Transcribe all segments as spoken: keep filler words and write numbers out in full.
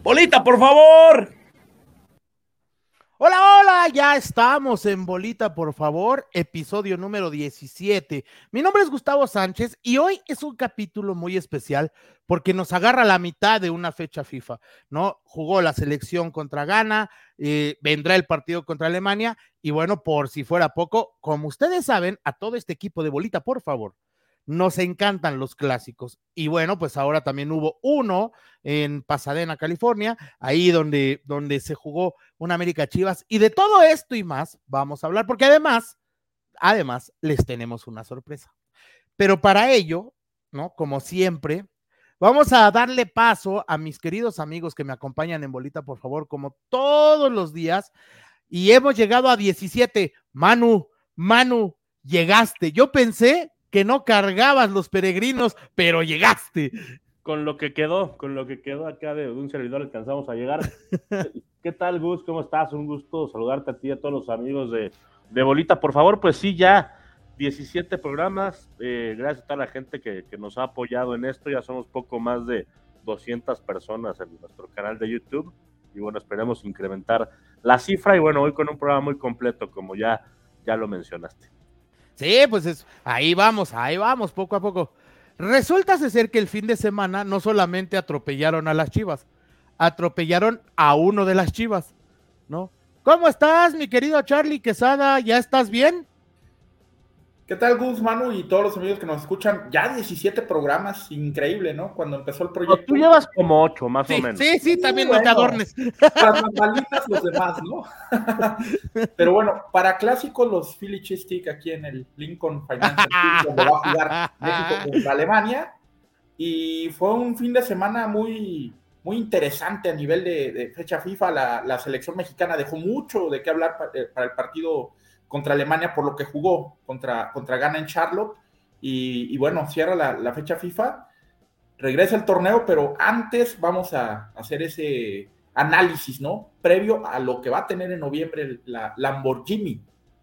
Bolita, por favor. Hola, hola, ya estamos en Bolita, por favor, episodio número diecisiete. Mi nombre es Gustavo Sánchez y hoy es un capítulo muy especial porque nos agarra la mitad de una fecha FIFA, ¿no? Jugó la selección contra Ghana, eh, vendrá el partido contra Alemania y bueno, por si fuera poco, como ustedes saben, a todo este equipo de Bolita, por favor, nos encantan los clásicos. Y bueno, pues ahora también hubo uno en Pasadena, California, ahí donde, donde se jugó un América Chivas. Y de todo esto y más vamos a hablar, porque además, además, les tenemos una sorpresa. Pero para ello, ¿no? Como siempre, vamos a darle paso a mis queridos amigos que me acompañan en Bolita, por favor, como todos los días. Y hemos llegado a diecisiete. Manu, Manu, llegaste. Yo pensé que no cargabas los peregrinos, pero llegaste. Con lo que quedó, con lo que quedó acá de, de un servidor alcanzamos a llegar. ¿Qué tal, Gus? ¿Cómo estás? Un gusto saludarte a ti y a todos los amigos de, de Bolita. Por favor, pues sí, ya diecisiete programas. Eh, gracias a toda la gente que, que nos ha apoyado en esto. Ya somos poco más de doscientas personas en nuestro canal de YouTube. Y bueno, esperemos incrementar la cifra. Y bueno, hoy con un programa muy completo, como ya, ya lo mencionaste. Sí, pues es, ahí vamos, ahí vamos, poco a poco. Resulta ser que el fin de semana no solamente atropellaron a las Chivas, atropellaron a uno de las Chivas, ¿no? ¿Cómo estás, mi querido Charlie Quesada? ¿Ya estás bien? ¿Qué tal, Gus, Manu y todos los amigos que nos escuchan? Ya diecisiete programas, increíble, ¿no? Cuando empezó el proyecto. No, tú llevas como ocho, más sí, o menos. Sí, sí, también bueno, no te adornes. Las bambalinas los demás, ¿no? Pero bueno, para clásicos, los Philly Cheesesteak aquí en el Lincoln Financial Field, donde va a jugar México contra Alemania. Y fue un fin de semana muy, muy interesante a nivel de, de fecha FIFA. La, la selección mexicana dejó mucho de qué hablar para, para el partido contra Alemania por lo que jugó contra, contra Ghana en Charlotte, y, y bueno, cierra la, la fecha FIFA, regresa el torneo, pero antes vamos a hacer ese análisis, ¿no? Previo a lo que va a tener en noviembre la Lamborghini.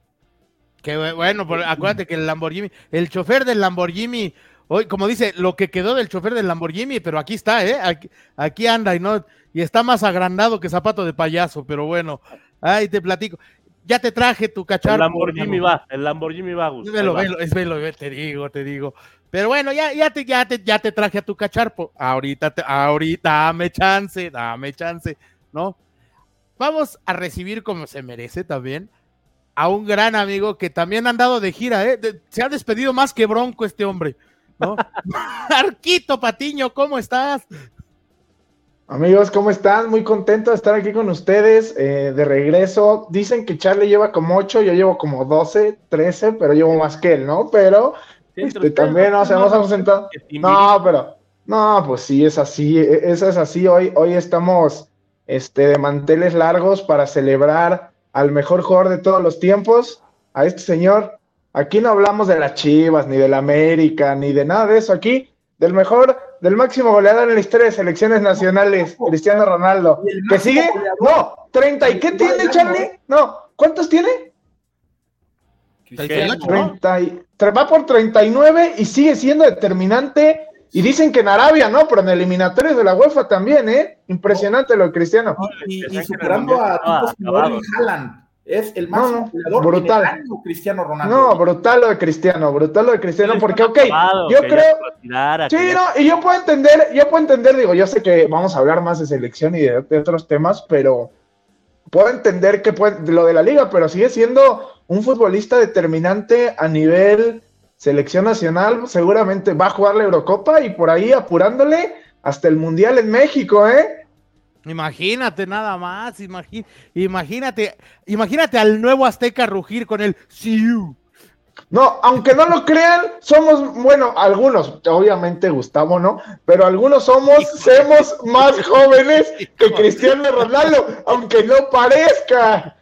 Que bueno, pero acuérdate que el Lamborghini, el chofer del Lamborghini, hoy, como dice, lo que quedó del chofer del Lamborghini, pero aquí está, ¿eh? Aquí, aquí anda y no, y está más agrandado que zapato de payaso, pero bueno, ahí te platico. Ya te traje tu cacharpo. El Lamborghini va, el Lamborghini va, Gus. Velo, velo, es velo, te digo, te digo. Pero bueno, ya, ya, te, ya, te, ya te traje a tu cacharpo. Ahorita, te, ahorita, dame chance, dame chance, ¿no? Vamos a recibir como se merece también a un gran amigo que también ha andado de gira, ¿eh? De, se ha despedido más que Bronco este hombre, ¿no? Arquito Patiño, ¿cómo estás? Amigos, ¿cómo están? Muy contento de estar aquí con ustedes, eh, de regreso. Dicen que Charlie lleva como ocho, yo llevo como doce, trece, pero llevo más que él, ¿no? Pero sí, este, también nos hemos ausentado. No, pero, no, pues sí, es así, eso es así. Hoy, hoy estamos este, de manteles largos para celebrar al mejor jugador de todos los tiempos, a este señor. Aquí no hablamos de las Chivas, ni de la América, ni de nada de eso. Aquí, del mejor, del máximo goleador en la historia de selecciones nacionales, Cristiano Ronaldo. ¿Que sigue? No, treinta. ¿Y qué tiene, Charlie? No, ¿cuántos tiene? treinta y, va por treinta y nueve y sigue siendo determinante. Y dicen que en Arabia, ¿no? Pero en eliminatorios de la UEFA también, ¿eh? Impresionante lo de Cristiano. Y, y superando a tipos como Erling Haaland. Es el máximo goleador brutal. En el año, Cristiano Ronaldo. No, brutal lo de Cristiano, brutal lo de Cristiano, porque, ok, yo creo... Sí, no, y yo puedo entender, yo puedo entender, digo, yo sé que vamos a hablar más de selección y de, de otros temas, pero puedo entender que puede, lo de la liga, pero sigue siendo un futbolista determinante a nivel selección nacional, seguramente va a jugar la Eurocopa y por ahí apurándole hasta el Mundial en México, ¿eh? Imagínate nada más, imagi- imagínate, imagínate al nuevo Azteca rugir con el Siu. No, aunque no lo crean, somos, bueno, algunos, obviamente Gustavo, ¿no? Pero algunos somos, somos más jóvenes que Cristiano Ronaldo, aunque no parezca.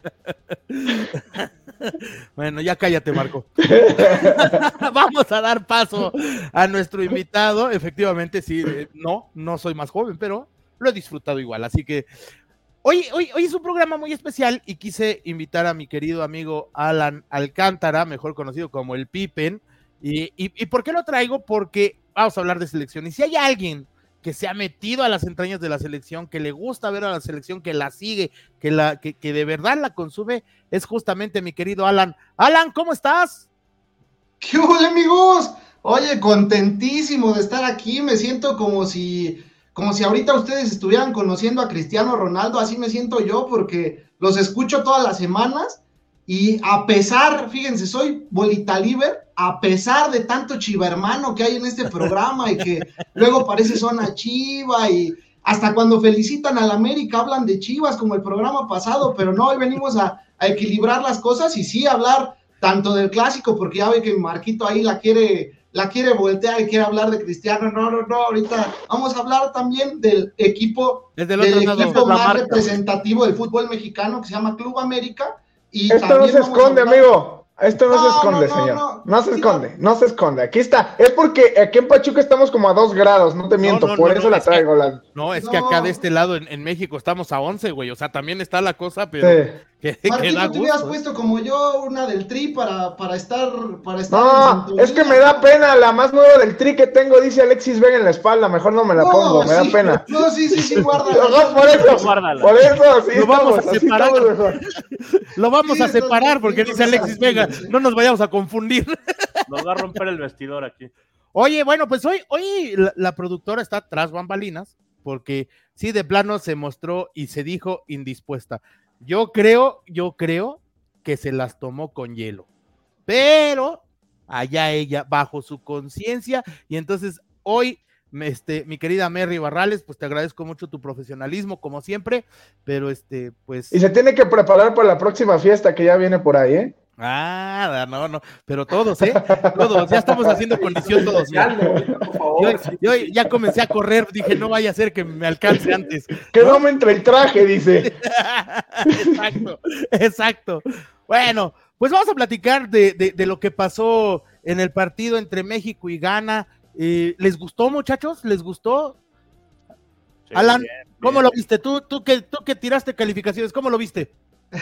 Bueno, ya cállate, Marco. Vamos a dar paso a nuestro invitado. Efectivamente, sí, no, no soy más joven, pero lo he disfrutado igual, así que hoy, hoy, hoy es un programa muy especial y quise invitar a mi querido amigo Alan Alcántara, mejor conocido como el Pippen. ¿Y, y, y por qué lo traigo? Porque vamos a hablar de selección. Y si hay alguien que se ha metido a las entrañas de la selección, que le gusta ver a la selección, que la sigue, que, la, que, que de verdad la consume, es justamente mi querido Alan. Alan, ¿cómo estás? ¿Qué hubo, amigos? Oye, contentísimo de estar aquí, me siento como si, como si ahorita ustedes estuvieran conociendo a Cristiano Ronaldo, así me siento yo, porque los escucho todas las semanas, y a pesar, fíjense, soy bolita liber, a pesar de tanto chiva hermano que hay en este programa, y que luego parece zona chiva, y hasta cuando felicitan al América hablan de chivas, como el programa pasado, pero no, hoy venimos a, a equilibrar las cosas, y sí hablar tanto del clásico, porque ya ve que Marquito ahí la quiere, la quiere voltear y quiere hablar de Cristiano. No, no, no, ahorita vamos a hablar también del equipo, del, del equipo más marca, representativo del fútbol mexicano, que se llama Club América. Y esto no se esconde, amigo. Esto no, no se esconde, no, no, señor. No, no se esconde, no se esconde. Aquí está. Es porque aquí en Pachuca estamos como a dos grados, no te miento, no, no, por no, eso la traigo. Que, la... No, es que acá de este lado en, en México estamos a once, güey. O sea, también está la cosa, pero... Sí. Que, Marquito, que tú me has puesto como yo una del Tri para, para estar... Para estar no, es que me da pena. La más nueva del Tri que tengo dice Alexis Vega en la espalda. Mejor no me la pongo, me sí, da pena. No, sí, sí, sí, guárdala. No, por eso, guárdala. Por eso, sí, lo vamos estamos, a separar. mejor. Lo vamos sí, a separar porque dice Alexis Vega. No nos vayamos a confundir. Nos va a romper el vestidor aquí. Oye, bueno, pues hoy, hoy la, la productora está tras bambalinas, porque sí, de plano se mostró y se dijo indispuesta. Yo creo, yo creo que se las tomó con hielo, pero allá ella, bajo su conciencia, y entonces hoy, este, mi querida Merry Barrales, pues te agradezco mucho tu profesionalismo, como siempre, pero este, pues... Y se tiene que preparar para la próxima fiesta que ya viene por ahí, ¿eh? Ah, no, no, pero todos, ¿eh? Todos, ya estamos haciendo condición todos. Ya. Yo, yo ya comencé a correr, dije, no vaya a ser que me alcance antes. Que no, no me entre el traje, dice. Exacto, exacto. Bueno, pues vamos a platicar de, de, de lo que pasó en el partido entre México y Ghana. Eh, ¿Les gustó, muchachos? ¿Les gustó? Sí, Alan, bien, bien, ¿cómo bien. lo viste? ¿Tú, tú, que, tú que tiraste calificaciones, ¿cómo lo viste?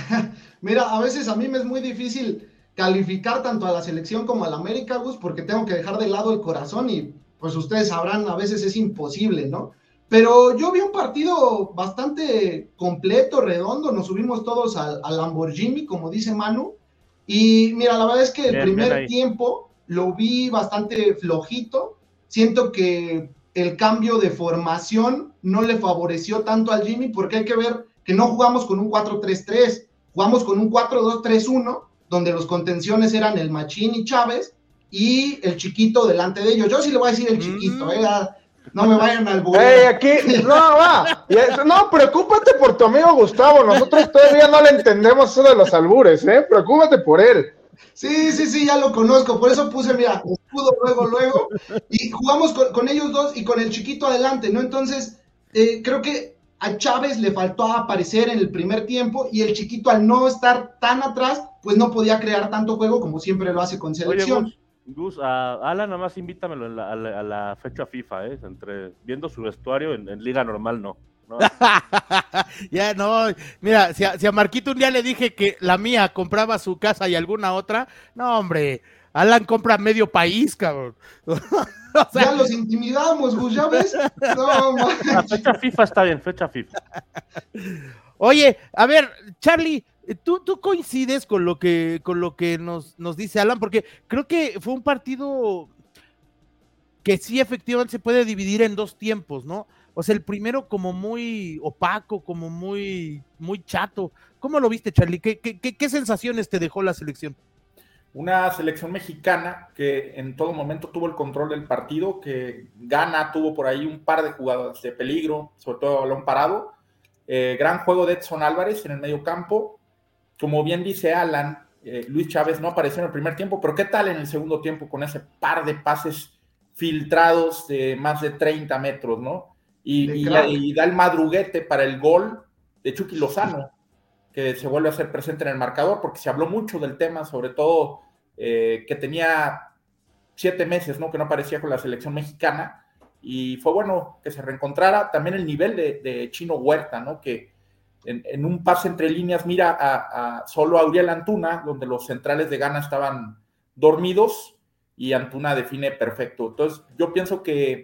Mira, a veces a mí me es muy difícil calificar tanto a la selección como a la América, Gus, porque tengo que dejar de lado el corazón y pues ustedes sabrán, a veces es imposible, ¿no? Pero yo vi un partido bastante completo, redondo, nos subimos todos al, al Lamborghini, como dice Manu, y mira, la verdad es que el bien, primer bien tiempo lo vi bastante flojito, siento que el cambio de formación no le favoreció tanto al Jimmy, porque hay que ver que no jugamos con un cuatro tres tres, jugamos con un cuatro dos tres uno, donde los contenciones eran el Machín y Chávez, y el Chiquito delante de ellos. Yo sí le voy a decir el Chiquito, mm. eh, no me vayan al burro. Hey, aquí, no, va, no, preocúpate por tu amigo Gustavo, nosotros todavía no le entendemos eso de los albures, eh, preocúpate por él. Sí, sí, sí, ya lo conozco, por eso puse, mira, escudo luego, luego, y jugamos con, con ellos dos y con el Chiquito adelante, ¿no? Entonces, eh, creo que a Chávez le faltó aparecer en el primer tiempo y el Chiquito, al no estar tan atrás, pues no podía crear tanto juego como siempre lo hace con selección. Oye, Gus, Gus, a Alan nada más invítamelo en la, a, la, a la fecha FIFA, ¿eh? Entre, viendo su vestuario en, en liga normal, no. no. Ya no, mira, si a, si a Marquito un día le dije que la mía compraba su casa y alguna otra, no, hombre, Alan compra medio país, cabrón. O sea, ya los intimidamos, Gus, ¿ya ves? No, la fecha FIFA está bien, fecha FIFA. Oye, a ver, Charlie, ¿tú, tú coincides con lo que, con lo que nos, nos dice Alan? Porque creo que fue un partido que sí efectivamente se puede dividir en dos tiempos, ¿no? O sea, el primero como muy opaco, como muy, muy chato. ¿Cómo lo viste, Charlie? ¿Qué, qué, qué, qué sensaciones te dejó la selección? Una selección mexicana que en todo momento tuvo el control del partido, que Ghana tuvo por ahí un par de jugadas de peligro, sobre todo balón parado. Eh, gran juego de Edson Álvarez en el medio campo. Como bien dice Alan, eh, Luis Chávez no apareció en el primer tiempo, pero ¿qué tal en el segundo tiempo con ese par de pases filtrados de más de treinta metros, ¿no? Y, y, y da el madruguete para el gol de Chucky Lozano, que se vuelve a ser presente en el marcador, porque se habló mucho del tema, sobre todo eh, que tenía siete meses, ¿no? Que no aparecía con la selección mexicana, y fue bueno que se reencontrara. También el nivel de, de Chino Huerta, ¿no? Que en, en un pase entre líneas mira a, a solo a Uriel Antuna, donde los centrales de Ghana estaban dormidos, y Antuna define perfecto. Entonces yo pienso que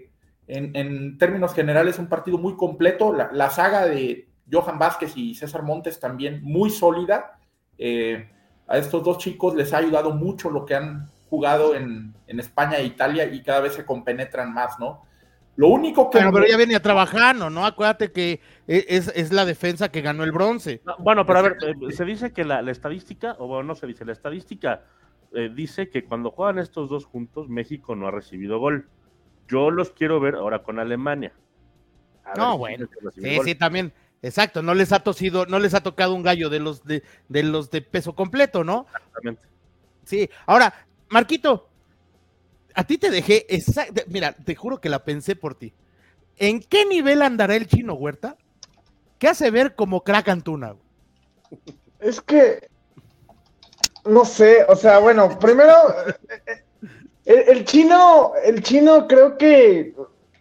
en, en términos generales un partido muy completo, la, la saga de Johan Vázquez y César Montes también muy sólida. Eh, a estos dos chicos les ha ayudado mucho lo que han jugado en, en España e Italia y cada vez se compenetran más, ¿no? Lo único que... Bueno, pero ya venía trabajando, ¿no? Acuérdate que es, es la defensa que ganó el bronce. No, bueno, pero a ver, eh, se dice que la, la estadística, o bueno, no se dice, la estadística eh, dice que cuando juegan estos dos juntos, México no ha recibido gol. Yo los quiero ver ahora con Alemania. A No, ver si bueno, sí, gol. sí, también, exacto, no les ha tosido, no les ha tocado un gallo de los de, de los de peso completo, ¿no? Exactamente. Sí, ahora, Marquito, a ti te dejé, exact... mira, te juro que la pensé por ti. ¿En qué nivel andará el Chino Huerta? ¿Qué hace ver como crack Antuna? Es que, no sé, o sea, bueno, primero, el, el chino, el chino creo que,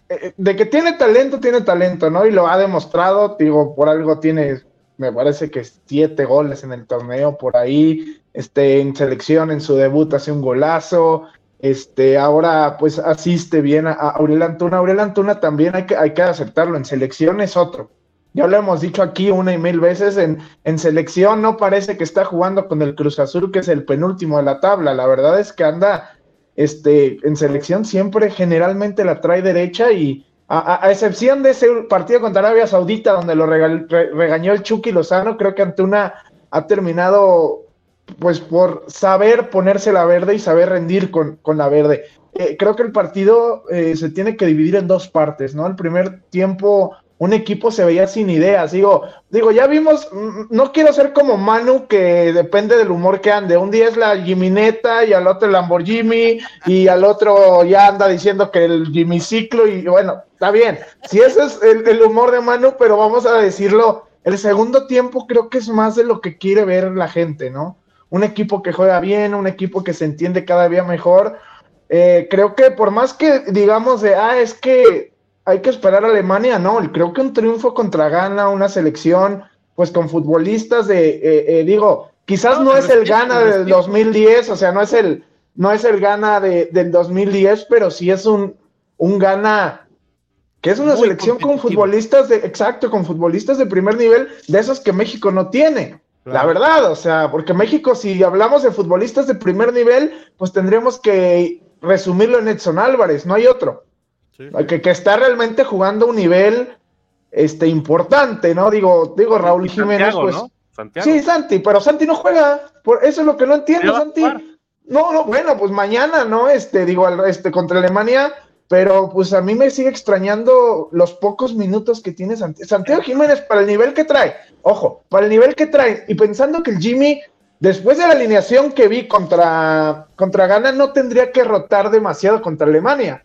de que tiene talento, tiene talento, ¿no? Y lo ha demostrado, digo, por algo tiene, me parece que siete goles en el torneo, por ahí, este, en selección, en su debut hace un golazo. Este, ahora pues asiste bien a, a Aurel Antuna. Aurel Antuna también hay que, hay que aceptarlo, en selección es otro. Ya lo hemos dicho aquí una y mil veces, en, en selección no parece que está jugando con el Cruz Azul, que es el penúltimo de la tabla. La verdad es que anda, este, en selección siempre generalmente la trae derecha y a, a, a excepción de ese partido contra Arabia Saudita donde lo regal, re, regañó el Chucky Lozano, creo que Antuna ha terminado pues por saber ponerse la verde y saber rendir con, con la verde. Eh, creo que el partido eh, se tiene que dividir en dos partes, ¿no? El primer tiempo un equipo se veía sin ideas, digo, digo, ya vimos, no quiero ser como Manu, que depende del humor que ande, un día es la Jimineta y al otro el Lamborghini y al otro ya anda diciendo que el Jimiciclo y bueno, está bien, si ese es el, el humor de Manu, pero vamos a decirlo, el segundo tiempo creo que es más de lo que quiere ver la gente, ¿no? Un equipo que juega bien, un equipo que se entiende cada día mejor. Eh, creo que por más que digamos de, ah, es que hay que esperar a Alemania, no, creo que un triunfo contra Ghana, una selección, pues con futbolistas de, eh, eh, digo, quizás no, no es el Ghana del dos mil diez, o sea, no es el, no es el Ghana de, del dos mil diez, pero sí es un, un Ghana que es una selección con futbolistas de, exacto, con futbolistas de primer nivel, de esos que México no tiene. Claro. La verdad, o sea, porque México, si hablamos de futbolistas de primer nivel, pues tendríamos que resumirlo en Edson Álvarez, no hay otro. Sí, sí. Que, que está realmente jugando un nivel este, importante, ¿no? Digo, digo Raúl Jiménez, Santiago, pues. ¿no? Santiago. Sí, Santi, pero Santi no juega. Por eso es lo que no entiendo, Santi. No, no, bueno, pues mañana, ¿no? Este, digo, este, contra Alemania. Pero pues a mí me sigue extrañando los pocos minutos que tiene Santiago. Santiago Jiménez para el nivel que trae, ojo, para el nivel que trae, y pensando que el Jimmy, después de la alineación que vi contra, contra Ghana, no tendría que rotar demasiado contra Alemania.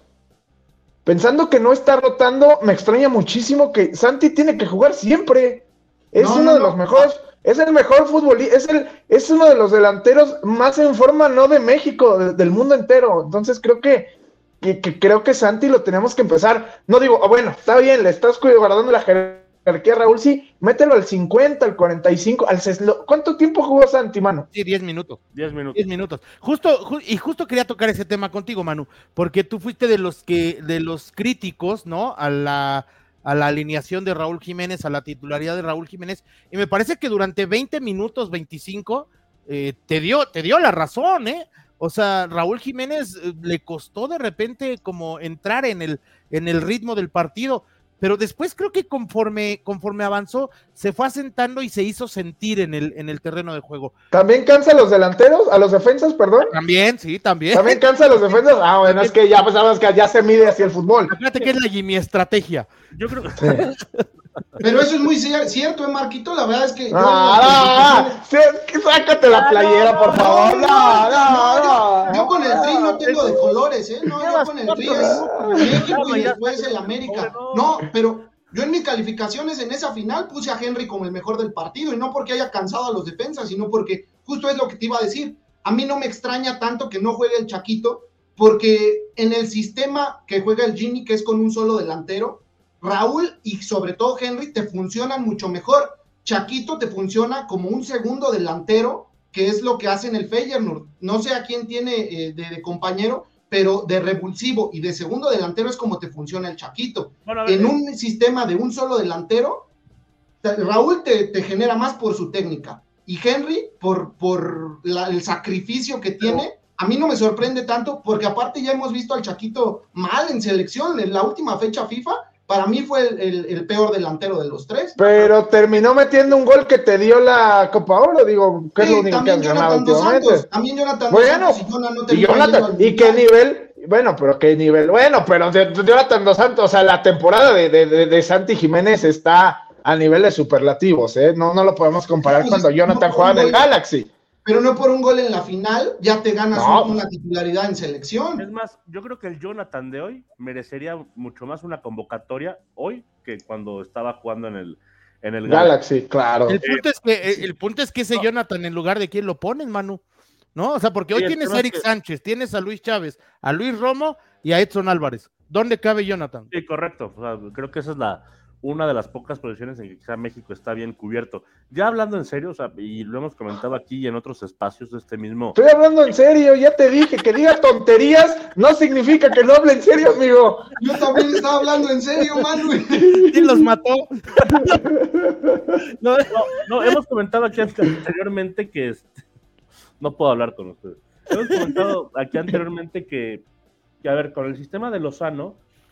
Pensando que no está rotando, me extraña muchísimo que Santi tiene que jugar siempre. Es no, uno no, de los no. mejores, es el mejor futbolista, es, el, es uno de los delanteros más en forma, no de México, de, del mundo entero. Entonces creo que Que, que creo que Santi lo tenemos que empezar, no digo, oh, bueno, está bien, le estás guardando la jerarquía a Raúl, sí, mételo al cincuenta, al cuarenta y cinco, al seslo, ¿cuánto tiempo jugó Santi, Manu? Sí, diez minutos. diez minutos. diez minutos. Justo, ju- y justo quería tocar ese tema contigo, Manu, porque tú fuiste de los que, de los críticos, ¿no? A la, a la alineación de Raúl Jiménez, a la titularidad de Raúl Jiménez, y me parece que durante veinte minutos, veinticinco, eh, te dio, te dio la razón, ¿eh? O sea, Raúl Jiménez eh, le costó de repente como entrar en el, en el ritmo del partido, pero después creo que conforme, conforme avanzó, se fue asentando y se hizo sentir en el, en el terreno de juego. ¿También cansa a los delanteros? ¿A los defensas, perdón? También, sí, también. ¿También cansa a los defensas? Ah, bueno, es que ya pensamos que ya se mide hacia el fútbol. Fíjate que es la Jimmy estrategia. Yo creo que... Sí. Pero eso es muy cierto, ¿eh, Marquito? La verdad es que... Ah, yo, no, no, no. Sácate la playera, por favor. No, no, no. Yo con el Tri no tengo de colores, ¿eh? No, yo con el Tri es México y después el América. No, pero yo en mis calificaciones en esa final puse a Henry como el mejor del partido, y no porque haya cansado a los defensas, sino porque justo es lo que te iba a decir. A mí no me extraña tanto que no juegue el Chaquito, porque en el sistema que juega el Jimmy, que es con un solo delantero, Raúl y sobre todo Henry te funcionan mucho mejor. Chaquito te funciona como un segundo delantero, que es lo que hace en el Feyenoord. No sé a quién tiene eh, de, de compañero, pero de revulsivo y de segundo delantero es como te funciona el Chaquito. Bueno, ver, en un sistema de un solo delantero, Raúl te, te genera más por su técnica, y Henry por, por la, el sacrificio que tiene. A mí no me sorprende tanto, porque aparte ya hemos visto al Chaquito mal en selección, en la última fecha FIFA, para mí fue el, el, el peor delantero de los tres. Pero terminó metiendo un gol que te dio la Copa Oro, digo, que sí, es lo único que has ganado últimamente. Santos, también Jonathan bueno, Dos Santos y Jonathan, no y, Jonathan, ¿y qué nivel? Bueno, pero qué nivel, bueno, pero de, de Jonathan Dos Santos, o sea, la temporada de, de, de, de Santi Jiménez está a niveles superlativos, ¿eh? No, no lo podemos comparar pues, cuando Jonathan no, jugaba en el Galaxy. Pero no por un gol en la final, ya te ganas no. una titularidad en selección. Es más, yo creo que el Jonathan de hoy merecería mucho más una convocatoria hoy que cuando estaba jugando en el, en el Galaxy. Galaxy, claro. El punto, eh, es que, el, el punto es que ese no. Jonathan, en lugar de quién lo ponen, Manu, ¿no? O sea, porque hoy sí, tienes a Eric que... Sánchez, tienes a Luis Chávez, a Luis Romo y a Edson Álvarez. ¿Dónde cabe Jonathan? Sí, correcto. O sea, creo que esa es la una de las pocas posiciones en que quizá México está bien cubierto. Ya hablando en serio, o sea, y lo hemos comentado aquí y en otros espacios de este mismo... Estoy hablando en serio, ya te dije, que diga tonterías no significa que no hable en serio, amigo. Yo también estaba hablando en serio, Manu. ¿Quién los mató? no, no, no, hemos comentado aquí anteriormente que... Este... No puedo hablar con ustedes. Hemos comentado aquí anteriormente que, que, a ver, con el sistema de Lozano,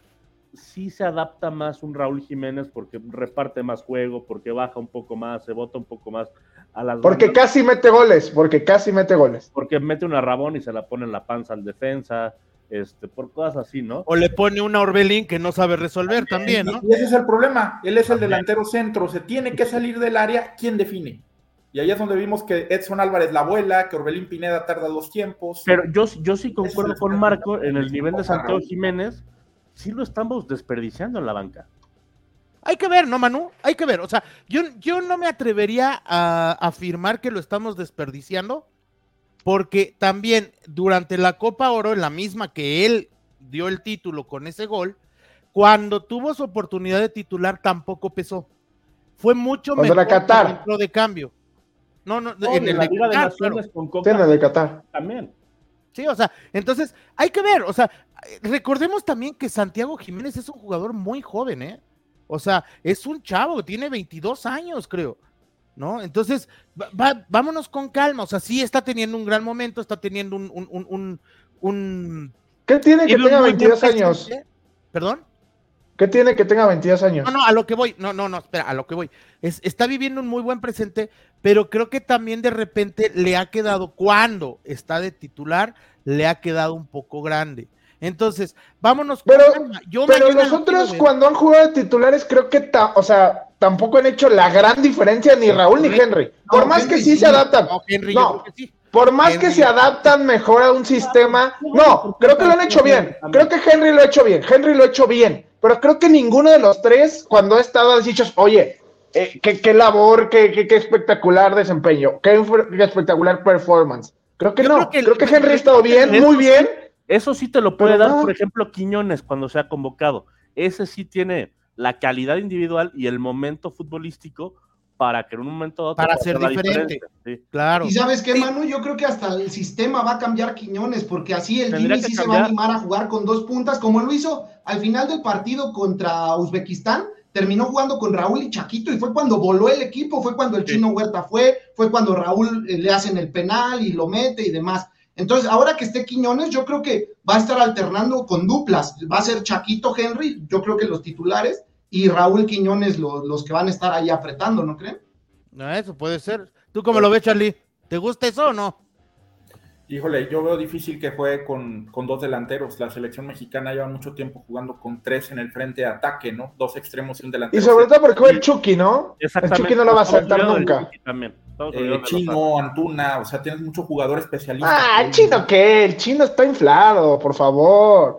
sí se adapta más un Raúl Jiménez porque reparte más juego, porque baja un poco más, se bota un poco más a las porque bandas. Casi mete goles, porque casi mete goles. Porque mete una Rabón y se la pone en la panza al defensa, este, por cosas así, ¿no? O le pone una Orbelín que no sabe resolver también, también, ¿no? Y ese es el problema, él es el delantero centro, se tiene que salir del área, ¿quién define? Y ahí es donde vimos que Edson Álvarez la vuela, que Orbelín Pineda tarda dos tiempos. Pero yo, yo sí concuerdo es con Marco en el nivel de Santiago Jiménez. Sí lo estamos desperdiciando en la banca. Hay que ver, ¿no, Manu? Hay que ver. O sea, yo, yo no me atrevería a afirmar que lo estamos desperdiciando, porque también durante la Copa Oro, en la misma que él dio el título con ese gol, cuando tuvo su oportunidad de titular tampoco pesó. Fue mucho mejor mejor Qatar. que entró de cambio. No, no, no en el la de Liga Qatar, de Naciones claro. con Coca en el de Qatar. También. Sí, o sea, entonces hay que ver, o sea, recordemos también que Santiago Jiménez es un jugador muy joven, ¿eh? O sea, es un chavo, tiene veintidós años, creo, ¿no? Entonces, va, va, vámonos con calma, o sea, sí está teniendo un gran momento, está teniendo un... un, un, un, un ¿Qué tiene que tenga veintidós años? ¿Perdón? ¿Qué tiene que tenga veintidós años? No, no, a lo que voy, no, no, no, espera, a lo que voy. Es, está viviendo un muy buen presente, pero creo que también de repente le ha quedado, cuando está de titular, le ha quedado un poco grande. Entonces, vámonos con pero, calma. Yo pero nosotros cuando han jugado de titulares, creo que, ta, o sea, tampoco han hecho la gran diferencia ni Raúl ni Henry. Por no, más Henry, que sí, sí se adaptan. No, Henry, no. Yo creo que sí. Por más Henry. que se adaptan mejor a un sistema, no, creo que lo han hecho bien. Creo que Henry lo ha hecho bien. Henry lo ha hecho bien. Pero creo que ninguno de los tres, cuando ha estado dichos, oye, eh, qué, qué labor, qué, qué, qué espectacular desempeño, qué, qué espectacular performance. Creo que Yo no, creo que, creo que Henry ha estado bien, eso, muy bien. Eso sí te lo puede dar, no. por ejemplo, Quiñones cuando se ha convocado. Ese sí tiene la calidad individual y el momento futbolístico para que en un momento dado para ser diferente, sí. Claro. Y ¿sabes qué, Manu? Yo creo que hasta el sistema va a cambiar Quiñones, porque así el Jimmy sí cambiar. se va a animar a jugar con dos puntas, como lo hizo al final del partido contra Uzbekistán, terminó jugando con Raúl y Chaquito, y fue cuando voló el equipo, fue cuando el sí. Chino Huerta fue, fue cuando Raúl eh, le hacen el penal y lo mete y demás. Entonces, ahora que esté Quiñones, yo creo que va a estar alternando con duplas, va a ser Chaquito Henry, yo creo que los titulares, y Raúl Quiñones los, los que van a estar ahí apretando, ¿no creen? No, eso puede ser. ¿Tú cómo lo ves, Charlie? ¿Te gusta eso o no? Híjole, yo veo difícil que juegue con, con dos delanteros. La selección mexicana lleva mucho tiempo jugando con tres en el frente de ataque, ¿no? Dos extremos y un delantero. Y sobre todo porque juega el Chucky, ¿no? El Chucky no lo va a saltar nunca. Eh, Chino, Antuna, o sea, tienes mucho jugador especialista. Ah, ¿el Chino qué? El Chino está inflado, por favor.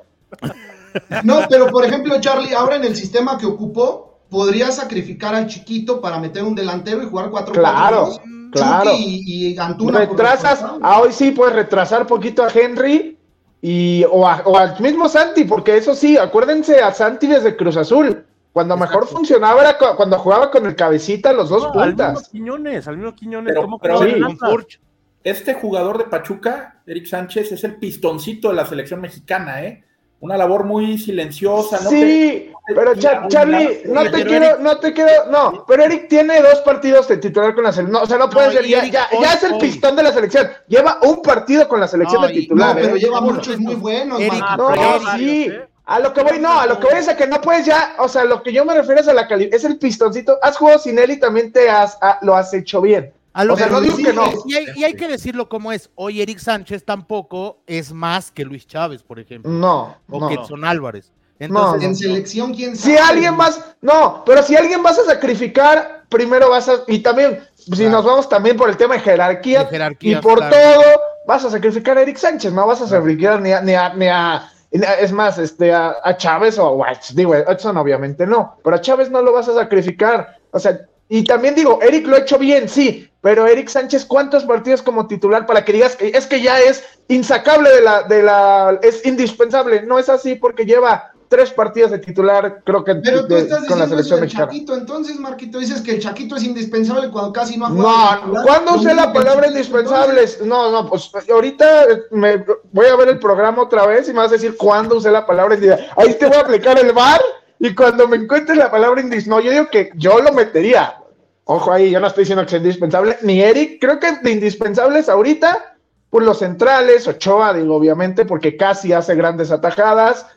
No, pero por ejemplo, Charlie, ahora en el sistema que ocupó, podría sacrificar al Chiquito para meter un delantero y jugar cuatro Claro, cuatro, claro. Y, y Antuna. Retrasas, a hoy sí puedes retrasar poquito a Henry y, o, a, o al mismo Santi, porque eso sí, acuérdense a Santi desde Cruz Azul. Cuando Exacto. mejor funcionaba era cuando jugaba con el cabecita los dos no, puntas. Al mismo Quiñones, al mismo Quiñones. Pero, ¿cómo pero sí, con este jugador de Pachuca, Eric Sánchez, es el pistoncito de la selección mexicana, ¿eh? Una labor muy silenciosa. ¿No? Sí, te, pero te Char Charlie, no te quiero, Eric, no te quiero, no, pero Eric tiene dos partidos de titular con la selección, no, o sea, no puede no, ser, ya, Eric, ya, hoy, ya es el hoy. pistón de la selección, lleva un partido con la selección no, de titular. No, pero ¿eh? lleva muchos muy buenos, Eric, no, Eric, sí, a lo que voy, no, a lo que voy es a que no puedes ya, o sea, lo que yo me refiero es a la calidad, es el pistoncito, has jugado sin él y también te has, a, lo has hecho bien. A lo o sea, no digo que no. Y hay, y hay que decirlo como es. Hoy Eric Sánchez tampoco es más que Luis Chávez, por ejemplo. No. O no. que Edson Álvarez. Entonces, no, en selección, ¿quién sabe? Si alguien más, no, pero si alguien vas a sacrificar, primero vas a, y también, si claro. nos vamos también por el tema de jerarquía, de jerarquía y por claro. todo, vas a sacrificar a Eric Sánchez, no vas a sacrificar ni a, ni a, ni a es más, este, a, a Chávez o a, digo, Edson obviamente no, pero a Chávez no lo vas a sacrificar, o sea, y también digo, Eric lo ha hecho bien, sí, pero Eric Sánchez, ¿cuántos partidos como titular para que digas que es que ya es insacable de la, de la, es indispensable? No es así porque lleva tres partidos de titular, creo que pero tú de, estás con la selección mexicana. Chaquito, entonces, Marquito, dices que el Chaquito es indispensable cuando casi no ha jugado. No, ¿cuándo usé la palabra indispensable? No, no, pues ahorita me voy a ver el programa otra vez y me vas a decir cuándo usé la palabra indispensable. Ahí te voy a aplicar el V A R y cuando me encuentres la palabra indispensable, no, yo digo que yo lo metería. Ojo ahí, yo no estoy diciendo que sea indispensable, ni Eric, creo que de indispensables ahorita, pues los centrales, Ochoa, digo, obviamente, porque casi hace grandes atajadas,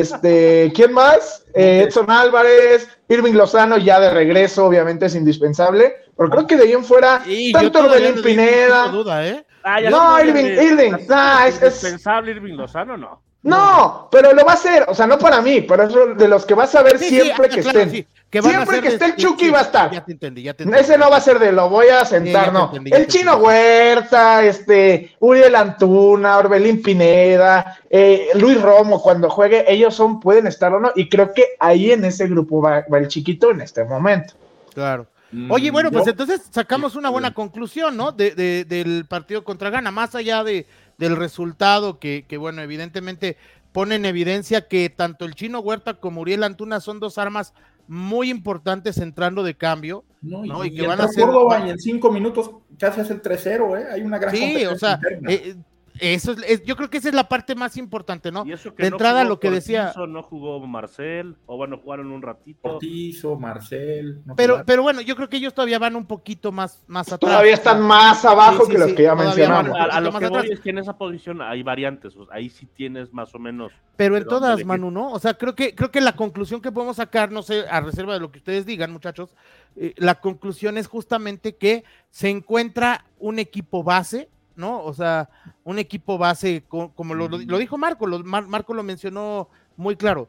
este, ¿quién más? Eh, Edson Álvarez, Irving Lozano ya de regreso, obviamente es indispensable, pero creo que de ahí en fuera, sí, tanto Orbelín Pineda, duda, ¿eh? ah, no, Irving, que, Irving, nah, es, es indispensable Irving Lozano, no. No, pero lo va a hacer, o sea, no para mí, pero es de los que vas a ver sí, siempre sí, que claro, estén. Sí, que siempre que esté el Chucky sí, va a estar. Ya te entendí, ya te entendí. Ese no va a ser de lo voy a sentar, sí, no. Entendí, el Chino entendí. Huerta, este, Uriel Antuna, Orbelín Pineda, eh, Luis Romo, cuando juegue, ellos son, pueden estar o no, y creo que ahí en ese grupo va, va el chiquito en este momento. Claro. Oye, bueno, pues entonces sacamos una buena conclusión, ¿no? De, de, del partido contra Ghana, más allá de, del resultado que, que, bueno, evidentemente pone en evidencia que tanto el Chino Huerta como Uriel Antuna son dos armas muy importantes entrando de cambio, ¿no? ¿no? Y, Y y que van a ser... Córdoba y en cinco minutos casi hace el tres cero, ¿eh? Hay una gran sí, o sea, eh, eso es, es, yo creo que esa es la parte más importante, ¿no? Y eso que de no entrada jugó lo que Cortizo, decía... no jugó Marcel, o bueno, jugaron un ratito. Cortizo, Marcel... No pero, pero bueno, yo creo que ellos todavía van un poquito más, más atrás. Todavía están más abajo sí, sí, que los sí, que ya mencionamos. A, a lo que voy es que en esa posición hay variantes, o sea, ahí sí tienes más o menos... Pero en todas, Manu, ¿no? O sea, creo que, creo que la conclusión que podemos sacar, no sé, a reserva de lo que ustedes digan, muchachos, eh, la conclusión es justamente que se encuentra un equipo base, ¿no? O sea, un equipo base, como lo, lo dijo Marco, lo, Mar, Marco lo mencionó muy claro,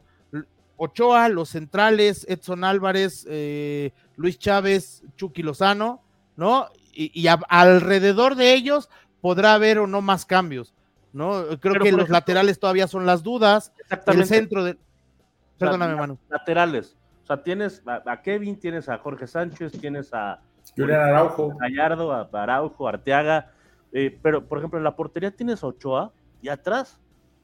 Ochoa, los centrales, Edson Álvarez, eh, Luis Chávez, Chucky Lozano, ¿no? Y, y a, alrededor de ellos podrá haber o no más cambios, ¿no? Creo Pero que los ejemplo, laterales todavía son las dudas, el centro de... Perdóname, Manu. Laterales, o sea, tienes a, a Kevin, tienes a Jorge Sánchez, tienes a... Julián Araujo. A Gallardo, a Araujo, a Arteaga... Eh, pero, por ejemplo, en la portería tienes a Ochoa y atrás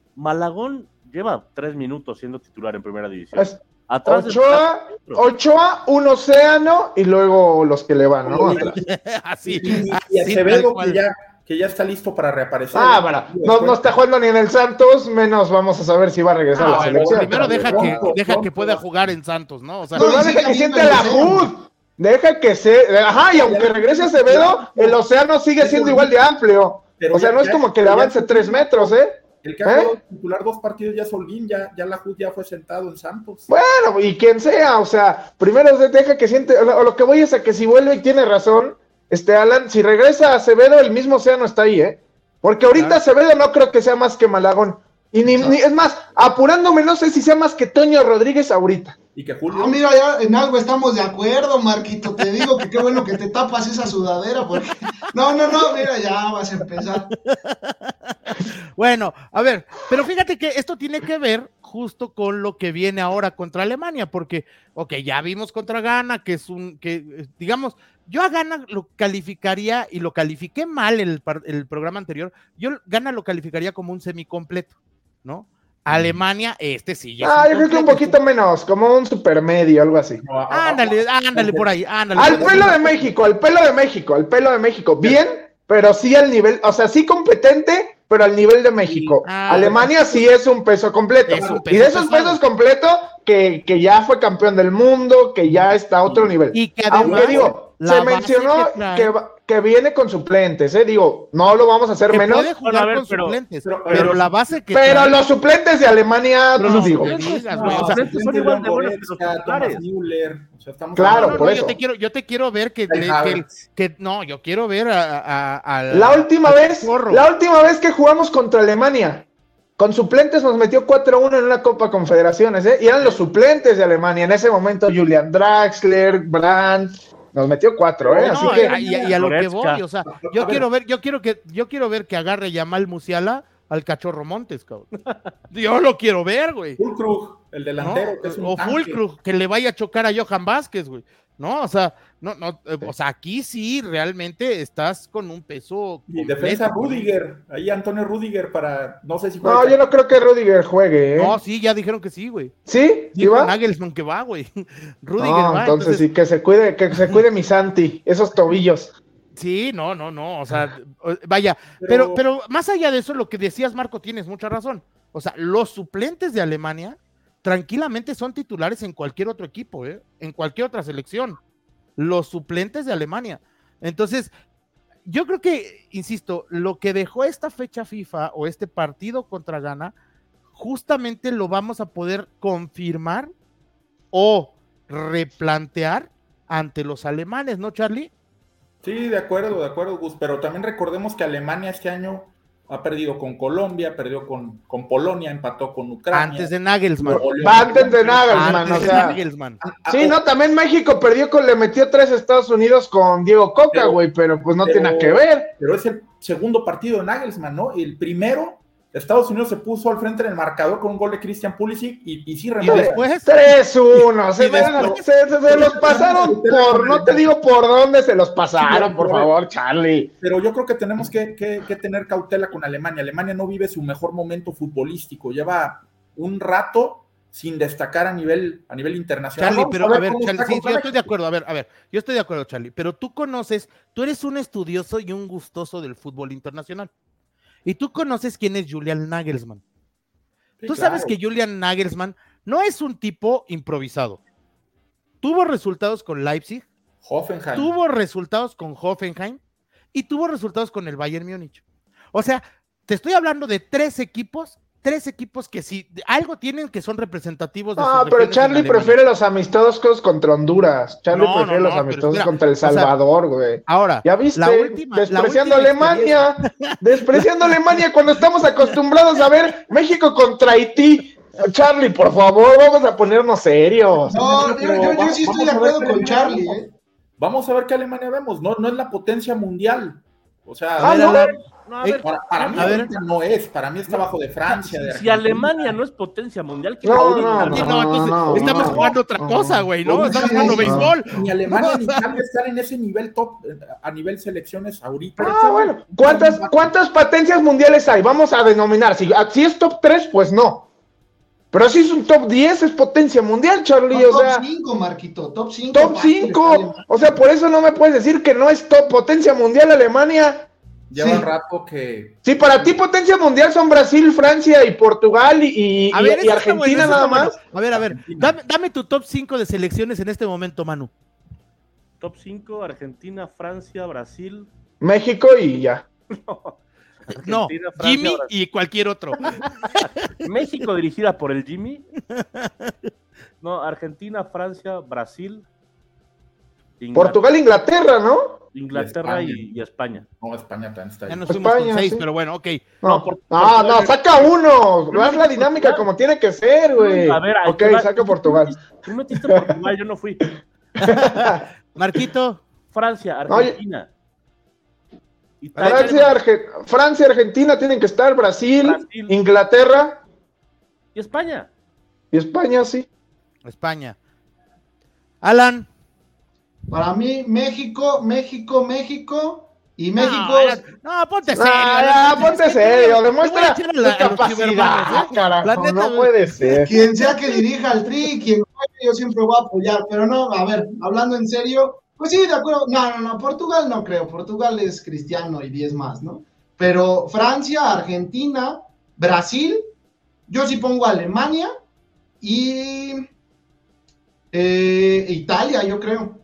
Malagón lleva tres minutos siendo titular en primera división. Es atrás Ochoa, Ochoa, un océano y luego los que le van, ¿no? así, y, y Acevedo que ya, que ya está listo para reaparecer. Ah, bueno, no, no está jugando ni en el Santos, menos vamos a saber si va a regresar ah, a la bueno, selección. Primero deja que, pronto, deja pronto. que pueda jugar en Santos, ¿no? O sea, no, no deja que siente la J U D. Deja que se... Ajá, y aunque regrese Acevedo, el océano sigue siendo igual de amplio. Pero o sea, no es como que le avance tres metros, ¿eh? El que ha ¿Eh? titular dos partidos ya es Holguín, ya, ya la J U D ya fue sentado en Santos. Bueno, y quien sea, o sea, primero deja que siente... O lo que voy es a que si vuelve y tiene razón, este Alan, si regresa a Acevedo, el mismo océano está ahí, ¿eh? Porque ahorita claro. Acevedo no creo que sea más que Malagón. Y ni, ni, es más, apurándome, no sé si sea más que Toño Rodríguez ahorita. Y que Julio. Ah, mira, ya en algo estamos de acuerdo, Marquito. Te digo que qué bueno que te tapas esa sudadera, porque. No, no, no, mira, ya vas a empezar. Bueno, a ver, pero fíjate que esto tiene que ver justo con lo que viene ahora contra Alemania, porque, ok, ya vimos contra Ghana, que es un, que, digamos, yo a Ghana lo calificaría, y lo califiqué mal el, el programa anterior, yo Ghana lo calificaría como un semicompleto, ¿no? Alemania, este sí. Ya ah, yo creo que un poquito menos, como un supermedio, algo así. Ándale, ándale por ahí, ándale. Al pelo de México, al pelo de México, al pelo de México. Bien, pero sí al nivel, o sea, sí competente, pero al nivel de México. Ah, Alemania sí es un peso completo. Es un peso y de esos pesado. pesos completos, que, que ya fue campeón del mundo, que ya está a otro nivel. Y que además, aunque digo, la se base mencionó que trae- que, va- que viene con suplentes, ¿eh? Digo, no lo vamos a hacer que menos, puede jugar Bueno, a ver, con pero- suplentes, pero- pero, pero- la base que pero trae- los suplentes de Alemania, Pero no los digo. suplentes- digas, No, güey, o sea, suplentes son igual de buenos que los Goretzka, titulares. Thomas Müller, o sea, estamos Claro, no, no, por no, eso. yo te quiero, yo te quiero ver que, Kai le- que, Havertz. que- no, yo quiero ver a, a- a- La última al vez, Zorro. la última vez que jugamos contra Alemania, con suplentes nos metió cuatro uno en una Copa Confederaciones, ¿eh? Y eran los suplentes de Alemania. En ese momento, Julian Draxler, Brandt, nos metió cuatro, ¿eh? No, Así y, que, a- y a- y a lo que Goretzka. voy, o sea, A yo ver. quiero ver, yo quiero que, yo quiero ver que agarre Yamal Musiala al Cachorro Montes, cabrón. Yo lo quiero ver, güey. Fulkrug, el ¿no? delantero, que es un O tanque. Fulkrug, que le vaya a chocar a Johan Vázquez, güey. No, o sea, no, no, eh, o sea, aquí sí realmente estás con un peso. Y completo. defensa Rudiger, ahí Antonio Rudiger para, no sé si no, juega- yo no creo que Rudiger juegue, ¿eh? No, sí, ya dijeron que sí, güey. ¿Sí? ¿Sí Dijo va? Nagelsmann que va, güey. Rudiger No, va. entonces, sí, que se cuide, que se cuide mi Santi, esos tobillos. Sí, no, no, no, o sea, o- vaya, pero, Pero- pero más allá de eso, lo que decías, Marco, tienes mucha razón. O sea, los suplentes de Alemania tranquilamente son titulares en cualquier otro equipo, ¿eh? En cualquier otra selección. Los suplentes de Alemania. Entonces, yo creo que, insisto, lo que dejó esta fecha FIFA o este partido contra Ghana, justamente lo vamos a poder confirmar o replantear ante los alemanes, ¿no, Charlie? Sí, de acuerdo, de acuerdo, Gus, pero también recordemos que Alemania este año ha perdido con Colombia, perdió con, con Polonia, empató con Ucrania. Antes de Nagelsmann. Nuevo León. Va antes de Nagelsmann, Antes o de sea. Nagelsmann. Sí, no, también México perdió con, le metió tres a Estados Unidos con Diego Coca, Pero- güey, pero pues no pero- tiene nada que ver. Pero es el segundo partido de Nagelsmann, ¿no? El primero, Estados Unidos se puso al frente en el marcador con un gol de Christian Pulisic y, y sí Y remonta. después, tres uno, se, Y después- se- se- se los pasaron por, no te digo por dónde se los pasaron, por favor, Charlie. Pero yo creo que tenemos que, que- que tener cautela con Alemania. Alemania no vive su mejor momento futbolístico, lleva un rato sin destacar a nivel, a nivel internacional. Charlie, Vamos pero a ver, cómo Charlie, está sí, contra yo estoy de México. acuerdo, a ver, a ver, yo estoy de acuerdo, Charlie, pero tú conoces, tú eres un estudioso y un gustoso del fútbol internacional. Y tú conoces quién es Julian Nagelsmann. Sí, Tú sabes claro. que Julian Nagelsmann no es un tipo improvisado. Tuvo resultados con Leipzig, Hoffenheim. tuvo resultados con Hoffenheim y tuvo resultados con el Bayern Múnich. O sea, te estoy hablando de tres equipos, tres equipos que si algo tienen que son representativos de No, sus pero regiones en Charlie Alemania. prefiere los amistosos contra Honduras. Charlie No, prefiere no, los no, pero amistosos espera, contra El o sea, Salvador, güey. Ahora, Ya viste, la última- la despreciando a última Alemania, despreciando a Alemania cuando estamos acostumbrados a ver México contra Haití. Charlie, por favor, vamos a ponernos serios. No, yo, yo- yo sí estoy de Vamos a ver acuerdo qué con Alemania Charlie, vemos. ¿eh? Vamos a ver qué Alemania vemos. No, no es la potencia mundial. O sea, Ah, ver, ¿no? Alan, No, a Eh, ver, para, para mí a ver. ahorita no es. Para mí está bajo de Francia. De si Argentina. Alemania no es potencia mundial, ¿qué No, ahorita, no, Sí, no? no, entonces no, estamos no, jugando otra no. cosa, güey, ¿no? No, Estamos sí, jugando sí, béisbol. Ni Alemania No, ni o sea- Italia están en ese nivel top eh, a nivel selecciones ahorita. Ah, bueno. ¿Cuántas, ¿Cuántas potencias mundiales hay? Vamos a denominar. Si, si es top tres, pues no. Pero si es un top diez, es potencia mundial, Charlie. No, O sea, top cinco, Marquito, top cinco. top cinco. O sea, por eso no me puedes decir que no es top potencia mundial Alemania. Lleva Sí. un rato que. Si para ti potencia mundial son Brasil, Francia y Portugal y, y- A ver, y eso está bueno, Argentina eso nada está bueno. más. A ver, a ver, Argentina. dame, dame tu top cinco de selecciones en este momento, Manu. Top cinco, Argentina, Francia, Brasil. México y ya. No, Argentina, Francia, Jimmy Brasil. y cualquier otro. México dirigida por el Jimmy. No, Argentina, Francia, Brasil. Inglaterra, Portugal, Inglaterra, ¿no? Inglaterra España. y, y España. No, España también está ahí. Ya nos fuimos España, con seis, sí. pero bueno, ok. No, No, por- no, Portugal no, es- saca uno. Haz la dinámica como tiene que ser, güey. A ver, ahí Ok, te va. saca Portugal. Tú metiste Portugal, yo no fui. Marquito, Francia, Oye. Argentina. Italia, Francia, Arge- Francia, Argentina tienen que estar, Brasil, Brasil. Inglaterra y España. y España, sí. España. Alan. Para mí, México, México, México y México. No, era- no, ponte serio. Ah, Alan, ya, ponte es que serio, te voy a demuestra echar a tu la- a los capacidad, cibermanos, ¿eh? carajo, La neta, no güey. puede ser. Quien sea que dirija al Tri, quien juegue, yo siempre voy a apoyar. Pero no, a ver, hablando en serio, Pues sí, de acuerdo. No, no, no, Portugal no creo. Portugal es Cristiano y diez más, ¿no? Pero Francia, Argentina, Brasil, yo sí pongo Alemania y eh, Italia, yo creo.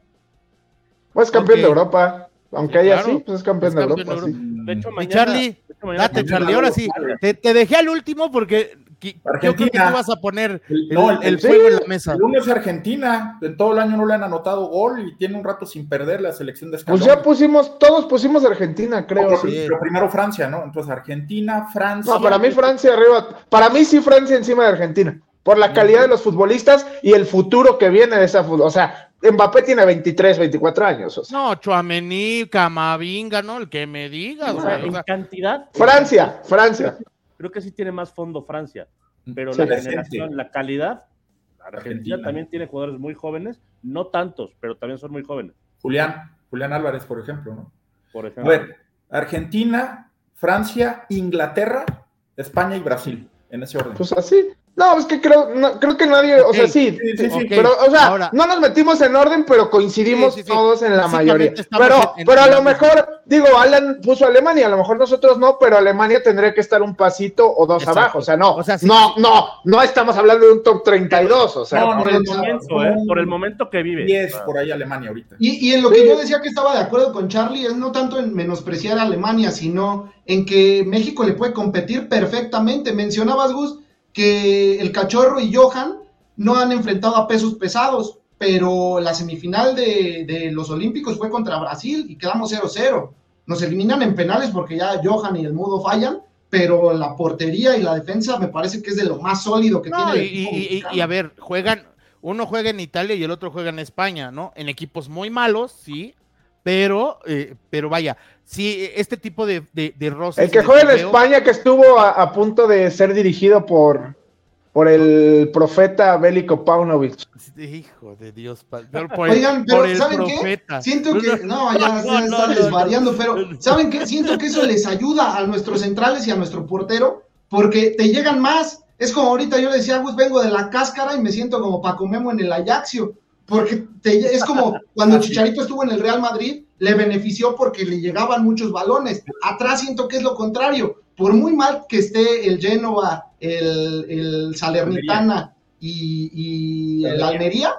Pues campeón Ok. de Europa. Aunque Sí, haya claro. así, pues es campeón Es de campeón Europa. de Sí. Europa. De hecho, Mi mañana. Charlie, de hecho, mañana date, mañana Charlie, ahora algo sí. sale. Te, te dejé al último porque qui- yo creo que tú Argentina. vas a poner El- el, no, el- el sí, fuego en la mesa. El lunes Argentina, en todo el año no le han anotado gol y tiene un rato sin perder la selección de Scaloni. Pues ya pusimos, todos pusimos Argentina, creo. No, sí. pero, pero primero Francia, ¿no? Entonces Argentina, Francia. No, para mí Francia arriba. Para mí sí Francia encima de Argentina. Por la calidad de los futbolistas y el futuro que viene de esa fútbol. O sea, Mbappé tiene veintitrés, veinticuatro años. O sea. No, Chouameni, Camavinga, ¿no? El que me diga. O o sea, sea, en o sea, cantidad. Francia, Francia. Creo que sí tiene más fondo Francia, pero Sí. la Decente. generación, la calidad, Argentina, Argentina. también tiene jugadores muy jóvenes, no tantos, pero también son muy jóvenes, Julián, Julián Álvarez, por ejemplo, ¿no? por A ejemplo. ver, Argentina, Francia, Inglaterra, España y Brasil, en ese orden. Pues así. No, es que creo, no, creo que nadie, o sea, Ok. sí, Sí, sí, sí. Ok. pero, o sea, Ahora- no nos metimos en orden, pero coincidimos Sí, sí, sí. todos en la Básicamente mayoría. estamos Pero, en- en- pero a en lo la mejor, digo, Alan puso Alemania, a lo mejor nosotros no, pero Alemania tendría que estar un pasito o dos Exacto. abajo, o sea, no, O sea, sí, no, sí. no, no estamos hablando de un top treinta y dos, o sea, No, por no, el no, momento, no, ¿eh? no. Por el momento que vive. diez Ah, por ahí Alemania ahorita. Y, y en lo que yo decía que estaba de acuerdo con Charlie es no tanto en menospreciar a Alemania, sino en que México le puede competir perfectamente. Mencionabas, Gus, que el Cachorro y Johan no han enfrentado a pesos pesados, pero la semifinal de, de los Olímpicos fue contra Brasil y quedamos cero cero. Nos eliminan en penales porque ya Johan y el Mudo fallan, pero la portería y la defensa me parece que es de lo más sólido que no, tiene y, el equipo y- y- mexicano. y a ver, juegan, uno juega en Italia y el otro juega en España, ¿no? En equipos muy malos, sí, pero, eh, pero vaya, sí, este tipo de, de, de roces. el que de juega en torneo- España que estuvo a, a punto de ser dirigido por, por el profeta Bélico Paunovic. Hijo de Dios, pa- por, por el- Oigan, pero por el ¿saben profeta. qué? Siento que, no, ya se no, está no, desvariando, no. pero ¿saben qué? Siento que eso les ayuda a nuestros centrales y a nuestro portero, porque te llegan más. Es como ahorita yo le decía, Gus, vengo de la cáscara y me siento como Paco Memo en el Ajaxio, porque te- es como cuando Chicharito estuvo en el Real Madrid, le benefició porque le llegaban muchos balones. Atrás siento que es lo contrario. Por muy mal que esté el Génova, el, el Salernitana y, y el Almería,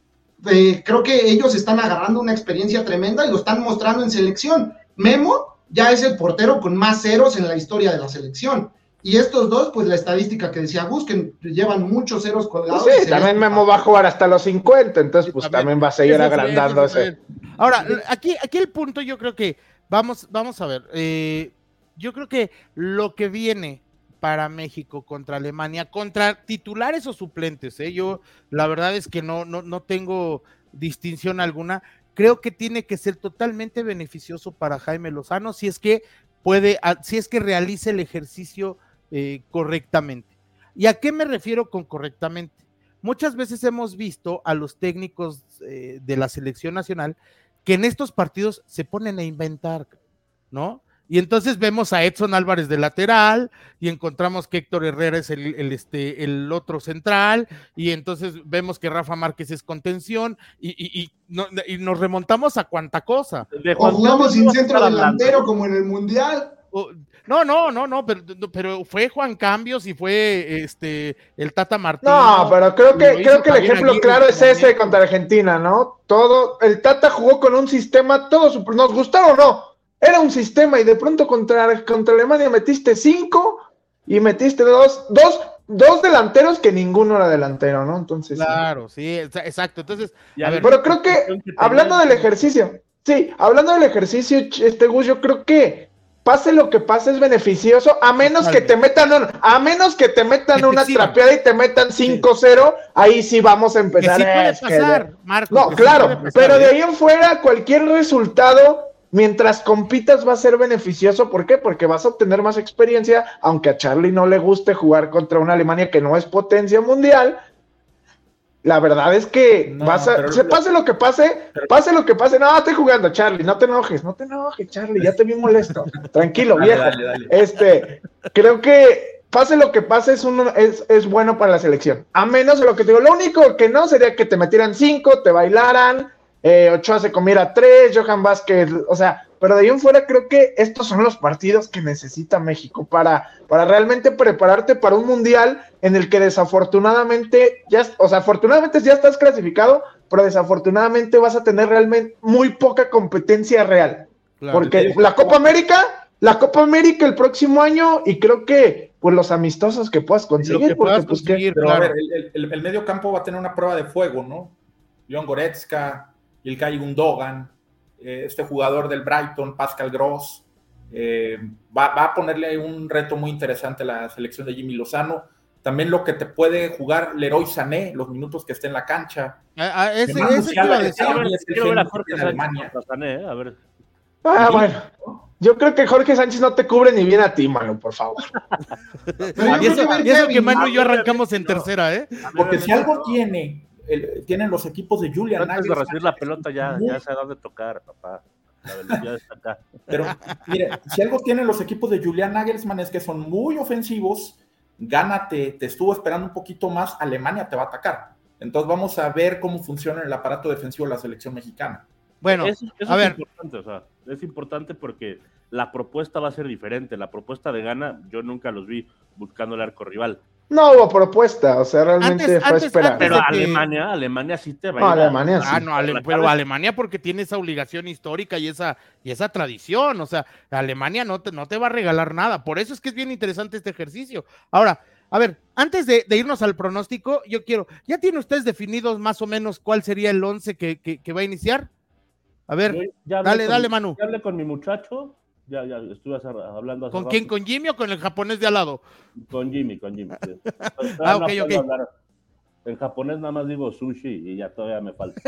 eh, creo que ellos están agarrando una experiencia tremenda y lo están mostrando en selección. Memo ya es el portero con más ceros en la historia de la selección. Y estos dos, pues la estadística que decía Gus, que llevan muchos ceros colgados. Pues y sí, se también les- Memo va a jugar hasta los cincuenta, entonces pues También. también va a seguir Eso fue, agrandando eso fue. ese. Ahora, aquí, aquí el punto yo creo que, vamos, vamos a ver, eh, yo creo que lo que viene para México contra Alemania, contra titulares o suplentes, ¿eh? Yo la verdad es que no, no, no tengo distinción alguna, creo que tiene que ser totalmente beneficioso para Jaime Lozano si es que puede, si es que realice el ejercicio eh, correctamente. ¿Y a qué me refiero con correctamente? Muchas veces hemos visto a los técnicos eh, de la selección nacional que en estos partidos se ponen a inventar, ¿no? Y entonces vemos a Edson Álvarez de lateral y encontramos que Héctor Herrera es el, el, este, el otro central y entonces vemos que Rafa Márquez es contención y, y, y, no, y nos remontamos a cuánta cosa. De O Juan jugamos Carlos sin no vas a centro estar hablando. delantero como en el Mundial. O, no, no, no, no, pero, pero fue Juan Cambios y fue este el Tata Martino. No, pero creo Lo que, hizo creo que el Javier ejemplo Aguirre claro en es su ese momento. contra Argentina, ¿no? Todo, el Tata jugó con un sistema, todo su- nos gustaba o no, era un sistema y de pronto contra, contra Alemania metiste cinco y metiste dos, dos, dos delanteros que ninguno era delantero, ¿no? Entonces, sí. Claro, sí, exa- exacto. Entonces, Ya a ver, Pero creo que, hablando del ejercicio, sí, hablando del ejercicio, ch- este Gus, yo creo que pase lo que pase es beneficioso, a menos que te metan, un- a menos que te metan Que te una exhiban. trapeada y te metan cinco cero, ahí sí vamos a que empezar. sí puede es que- pasar, Marco. No, que sí claro, puede pasar, pero de ¿eh? ahí en fuera cualquier resultado, mientras compitas, va a ser beneficioso. ¿Por qué? Porque vas a obtener más experiencia, aunque a Charlie no le guste jugar contra una Alemania que no es potencia mundial. La verdad es que No, vas a, pero- se pase lo que pase, pero- pase lo que pase. No, estoy jugando, Charlie, no te enojes, no te enojes, Charlie, ya te vi molesto. Tranquilo, Dale, viejo. dale, dale. Este, creo que pase lo que pase es, un, es, es bueno para la selección. A menos de lo que te digo, lo único que no sería que te metieran cinco, te bailaran eh, Ochoa se comiera tres, Johan Vázquez, o sea, pero de ahí en fuera creo que estos son los partidos que necesita México para, para realmente prepararte para un mundial en el que desafortunadamente, ya, o sea, afortunadamente ya estás clasificado, pero desafortunadamente vas a tener realmente muy poca competencia real. Claro, porque la Copa América, la Copa América el próximo año, y creo que pues los amistosos que puedas conseguir, que porque puedas pues conseguir, pero claro. a ver, el, el, el medio campo va a tener una prueba de fuego, ¿no? Johan Goretzka, Ilkay Gundogan, eh, este jugador del Brighton, Pascal Gross, eh, va, va a ponerle un reto muy interesante a la selección de Jimmy Lozano. También lo que te puede jugar Leroy Sané, los minutos que esté en la cancha. Ah, ah, ese, ese iba a decir. Quiero ver a Jorge Sánchez contra Sané, a ver. Ah, bueno. Yo creo que Jorge Sánchez no te cubre ni bien a ti, Manu, por favor. Y eso, y eso que Manu y yo arrancamos en tercera, ¿eh? Porque si algo tiene, el, tienen los equipos de Julian Antes de recibir la pelota ya, ya sé dónde tocar, papá. La velocidad está acá. Pero, mire, si algo tienen los equipos de Julian Nagelsmann es que son muy ofensivos. Gánate, te estuvo esperando un poquito más, Alemania te va a atacar. Entonces vamos a ver cómo funciona el aparato defensivo de la selección mexicana. Bueno, eso, eso a es ver. importante, o sea, es importante porque la propuesta va a ser diferente. La propuesta de Ghana, yo nunca los vi buscando el arco rival. No hubo propuesta, o sea, realmente Antes- fue antes- esperar. antes Pero de que- Alemania, Alemania sí te va No, a ir a- Alemania sí. Ah, no, Ale- la pero cabeza. Alemania porque tiene esa obligación histórica y esa, y esa tradición, o sea, Alemania no te, no te va a regalar nada, por eso es que es bien interesante este ejercicio. Ahora, a ver, antes de, de irnos al pronóstico, yo quiero, ¿ya tienen ustedes definidos más o menos cuál sería el once que, que, que va a iniciar? A ver, Yo ya hablé dale, con- dale, Manu. ya hablé con mi muchacho, ya, ya estuve hace- hablando hace ¿Con rato. quién? ¿Con Jimmy o con el japonés de al lado? Con Jimmy, con Jimmy. sí. Ah, No ok, puedo ok. hablar. En japonés nada más digo sushi y ya todavía me falta.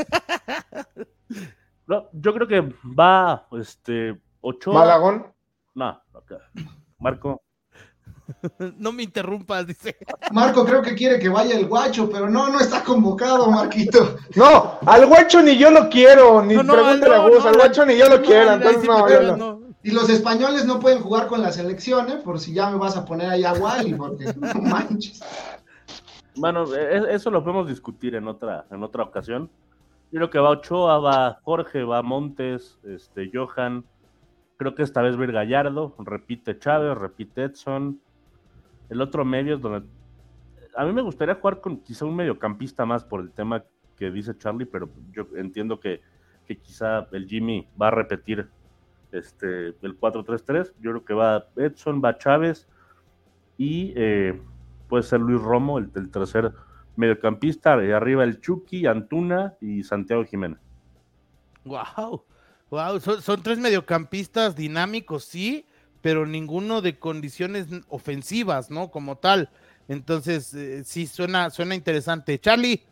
No, yo creo que va, este, Ochoa. Malagón. No, acá. Marco. No me interrumpas, dice. Marco creo que quiere que vaya el guacho, pero no, no está convocado, Marquito. No, al guacho ni yo lo quiero, ni No, no, pregúntale no, a Gus, no, al guacho ni yo lo no, quiero, no, entonces sí, no, pero yo no. no. Y los españoles no pueden jugar con la selección, ¿eh? Por si ya me vas a poner ahí a Wally, porque no manches. Bueno, e- eso lo podemos discutir en otra, en otra ocasión. Yo creo que va Ochoa, va Jorge, va Montes, este, Johan. Creo que esta vez va a ir Gallardo, repite Chávez, repite Edson. El otro medio es donde a mí me gustaría jugar con quizá un mediocampista más por el tema que dice Charlie, pero yo entiendo que, que quizá el Jimmy va a repetir este, el cuatro tres tres. Yo creo que va Edson, va Chávez y eh, puede ser Luis Romo, el, el tercer mediocampista, y arriba el Chucky, Antuna y Santiago Jiménez. Wow, wow, son, son tres mediocampistas dinámicos, sí, pero ninguno de condiciones ofensivas, ¿no? Como tal. Entonces, eh, sí, suena, suena interesante. Charlie.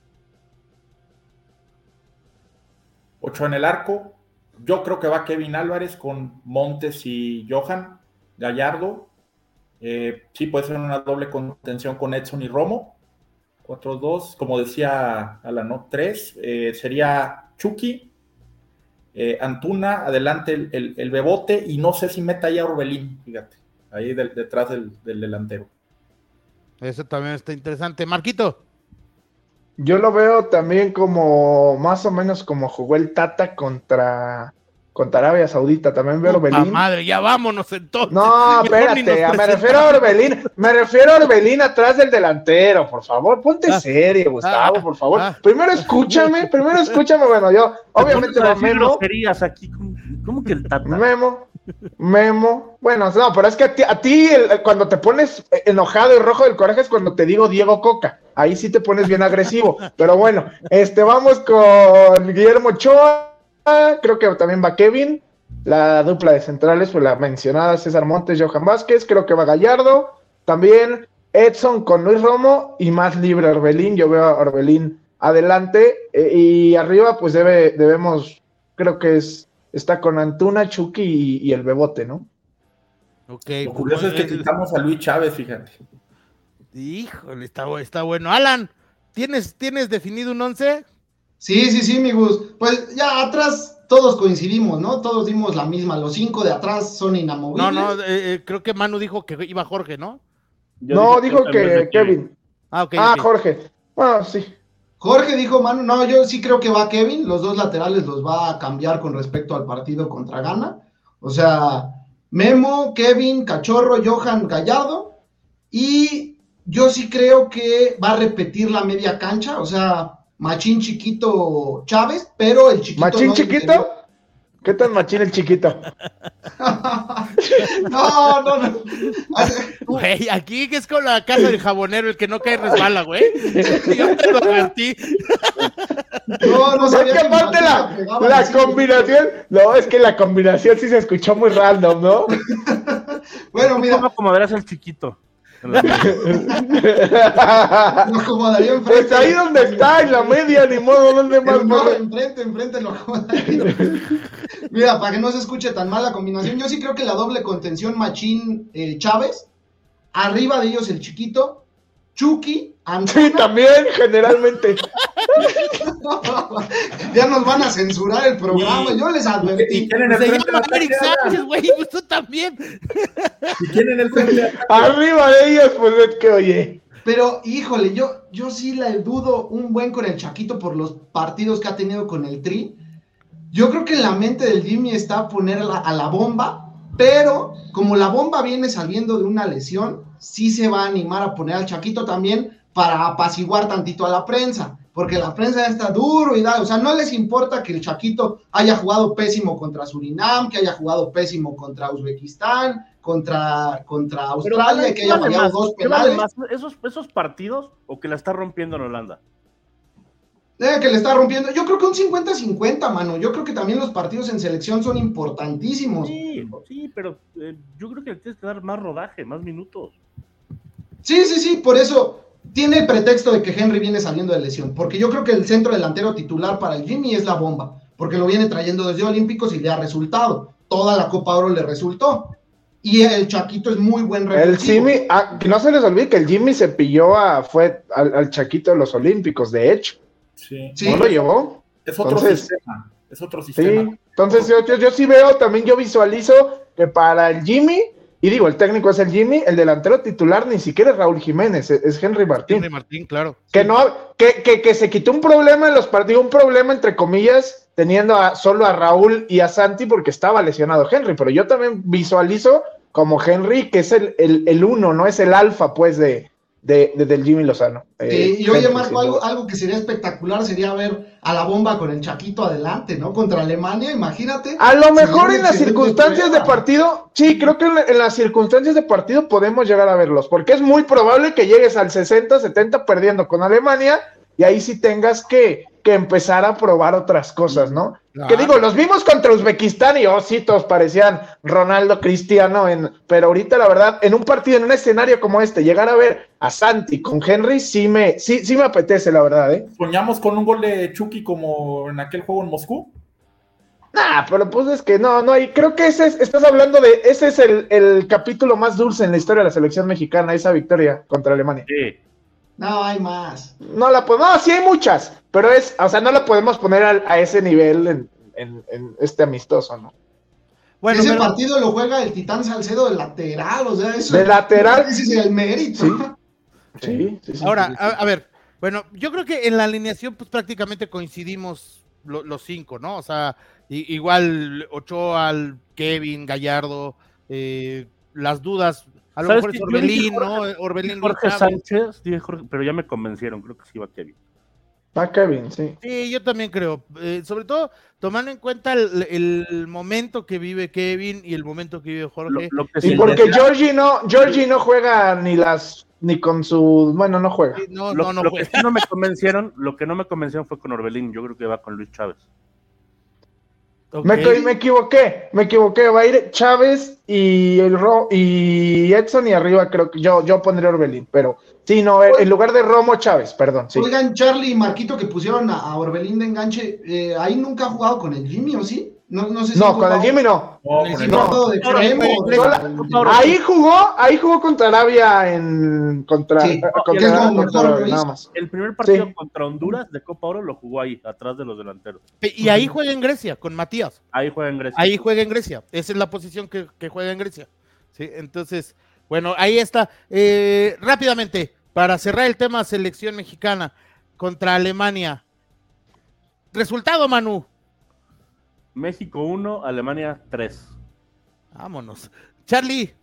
Ocho en el arco. Yo creo que va Kevin Álvarez con Montes y Johan. Gallardo. Eh, sí, puede ser una doble contención con Edson y Romo. cuatro dos, como decía Alan, ¿no? tres. Eh, sería Chucky. Eh, Antuna, adelante el, el, el Bebote, y no sé si meta ahí a Orbelín, fíjate, ahí de, detrás del, del delantero. Eso también está interesante. Marquito. Yo lo veo también como, más o menos como jugó el Tata contra, contra Arabia Saudita, también veo a Puta Orbelín. madre, ya vámonos entonces. No, Mejor ni nos espérate, me presentamos. refiero a Orbelín, me refiero a Orbelín atrás del delantero, por favor, ponte Ah, serio, Gustavo, ah, por favor. ah. Primero escúchame, primero escúchame, bueno, yo, obviamente Pones a va decir Memo, groserías aquí, ¿cómo, cómo que el Tata? Memo, Memo, bueno, no, pero es que a ti, a ti el- cuando te pones enojado y rojo del coraje es cuando te digo Diego Coca, ahí sí te pones bien agresivo, pero bueno, este, vamos con Guillermo Ochoa, creo que también va Kevin, la dupla de centrales, pues la mencionada César Montes, Johan Vázquez, creo que va Gallardo, también Edson con Luis Romo y más libre Orbelín, yo veo a Orbelín adelante, eh, y arriba pues debe, debemos, creo que es, está con Antuna, Chucky y, y el Bebote, ¿no? Ok. Lo curioso es que quitamos a Luis Chávez, fíjate. Híjole, está, bu- está bueno. Alan, ¿tienes, ¿tienes definido un once? Sí, sí, sí, mi Gus. Pues ya atrás todos coincidimos, ¿no? Todos dimos la misma. Los cinco de atrás son No, inamovibles. no, eh, eh, creo que Manu dijo que iba Jorge, ¿no? Yo no, dije dijo en vez que de Kevin. Ah, ok. Ah, ok. Jorge. Bueno, sí. Jorge dijo, mano, no, yo sí creo que va Kevin, los dos laterales los va a cambiar con respecto al partido contra Ghana. O sea, Memo, Kevin, Cachorro, Johan, Gallardo, y yo sí creo que va a repetir la media cancha, o sea, Machín Chiquito Chávez, pero el Chiquito... ¿Machín no Chiquito? interior. ¿Qué tan machín el Chiquito? no, no, no. Güey, aquí que es con la casa del jabonero, el que no cae resbala, güey. Yo te lo advertí. No, no Es sabía que aparte Machín la, le pegaba la así. combinación, no, es que la combinación sí se escuchó muy random, ¿no? Bueno, mira, ¿Cómo acomodarás al chiquito? En la media. lo acomodaría enfrente. Pues ahí donde está, en la media, ni modo, ¿dónde más? No, No, enfrente, enfrente lo acomodaría. Mira, para que no se escuche tan mal la combinación, yo sí creo que la doble contención Machín eh, Chávez, arriba de ellos el Chiquito, Chucky, Antuna. Sí, también, generalmente. Ya nos van a censurar el programa, yo les ¿Y advertí. quién en el Se frente de llama ataque, Eric Alan? Sánchez, güey, pues tú también. ¿Y quién en el frente de ataque? Arriba de ellos, pues es que, oye. Pero, híjole, yo, yo sí la dudo un buen con el Chaquito por los partidos que ha tenido con el Tri. Yo creo que en la mente del Jimmy está poner a la, a la bomba, pero como la bomba viene saliendo de una lesión, sí se va a animar a poner al Chaquito también para apaciguar tantito a la prensa, porque la prensa ya está duro y da, o sea, no les importa que el Chaquito haya jugado pésimo contra Surinam, que haya jugado pésimo contra Uzbekistán, contra, contra Australia, y que haya ¿qué vale fallado más? dos ¿Qué vale penales. más? ¿Esos, ¿Esos partidos o que la está rompiendo en Holanda? Eh, que le está rompiendo. Yo creo que un cincuenta cincuenta, mano. Yo creo que también los partidos en selección son importantísimos. Sí, sí, pero eh, yo creo que le tienes que dar más rodaje, más minutos. Sí, sí, sí, por eso tiene el pretexto de que Henry viene saliendo de lesión, porque yo creo que el centro delantero titular para el Jimmy es la bomba, porque lo viene trayendo desde Olímpicos y le ha resultado. Toda la Copa Oro le resultó. Y el Chaquito es muy buen El revulsivo. Jimmy, ah, que no se les olvide que el Jimmy se pilló a, fue al, al Chaquito de los Olímpicos, de hecho. Sí. Sí. ¿No lo llevó? Es otro Entonces, sistema. Es otro sistema. Sí, entonces yo, yo, yo sí veo, también yo visualizo que para el Jimmy, y digo, el técnico es el Jimmy, el delantero titular ni siquiera es Raúl Jiménez, es, es Henry Martín. Henry Martín, claro. Que no, que, que, que se quitó un problema en los partidos, un problema entre comillas, teniendo a, solo a Raúl y a Santi porque estaba lesionado Henry, pero yo también visualizo como Henry, que es el, el, el uno, no es el alfa, pues, de, de, de del Jimmy Lozano. Sí, Eh, y oye, Henry, Marco, sin algo, duda. algo que sería espectacular sería ver a la bomba con el Chaquito adelante, ¿no? Contra Alemania, imagínate. A lo mejor Sería en una las excelente circunstancias de prueba. partido, sí, creo que en, en las circunstancias de partido podemos llegar a verlos, porque es muy probable que llegues al sesenta, setenta perdiendo con Alemania y ahí sí tengas que, que empezar a probar otras cosas, ¿no? Claro. Que digo, los vimos contra Uzbekistán y oh, sí, todos parecían Ronaldo Cristiano, en, pero ahorita la verdad, en un partido, en un escenario como este, llegar a ver a Santi con Henry, sí me, sí, sí me apetece, la verdad, ¿eh? ¿Soñamos con un gol de Chucky como en aquel juego en Moscú? Nah, pero pues es que no, no hay, creo que ese es, estás hablando de, ese es el, el capítulo más dulce en la historia de la selección mexicana, esa victoria contra Alemania. Sí. No, hay más. No la podemos, no, sí hay muchas, pero es, o sea, no la podemos poner a, a ese nivel en, en, en este amistoso, ¿no? Bueno, Ese pero- partido lo juega el Titán Salcedo de lateral, o sea, eso. De lateral. Ese es el mérito. Sí. Sí, sí, sí, ahora, sí, sí. a, a ver, bueno, yo creo que en la alineación pues prácticamente coincidimos lo- los cinco, ¿no? O sea, i- igual Ochoa, Kevin, Gallardo, eh, las dudas, a lo ¿Sabes mejor qué? es Yo Orbelín, dije Jorge- ¿no? Orbelín Jorge Chávez. Sánchez, dije Jorge, pero ya me convencieron, creo que sí va Kevin. Va Kevin, sí. Sí, yo también creo, eh, sobre todo tomando en cuenta el, el momento que vive Kevin y el momento que vive Lo, Jorge. lo que Y sí, porque Georgie no, Georgie no juega ni las, ni con su, bueno, no juega. Sí, no, lo, no, no lo juega. que sí no me convencieron, lo que no me convencieron fue con Orbelín, yo creo que va con Luis Chávez. Ok. Me, co- me equivoqué, me equivoqué, va a ir Chávez y el Ro, y Edson y arriba creo que yo, yo pondré Orbelín, pero sí, no, en lugar de Romo Chávez, perdón, sí. Oigan, Charlie y Marquito que pusieron a, a Orbelín de enganche, eh, ahí nunca ha jugado con el Jimmy, ¿o sí? No, no sé si No, con el Jimmy no. No, Con el con Sí, el- Jimmy. no, No. de Ahora, extremo, eh, de- sola- Ahí jugó, ahí jugó contra Arabia en contra, Sí, eh, que contra, es como contra mejor Arabia, lo hizo. nada más. El primer partido Sí. contra Honduras de Copa Oro lo jugó ahí, atrás de los delanteros. Y ahí juega en Grecia, con Matías. Ahí juega en Grecia. Ahí juega en Grecia. Esa es la posición que, que juega en Grecia. ¿Sí? Entonces, bueno, ahí está. Eh, rápidamente, para cerrar el tema selección mexicana, contra Alemania. Resultado, Manu. México uno, Alemania tres. Vámonos. Charlie.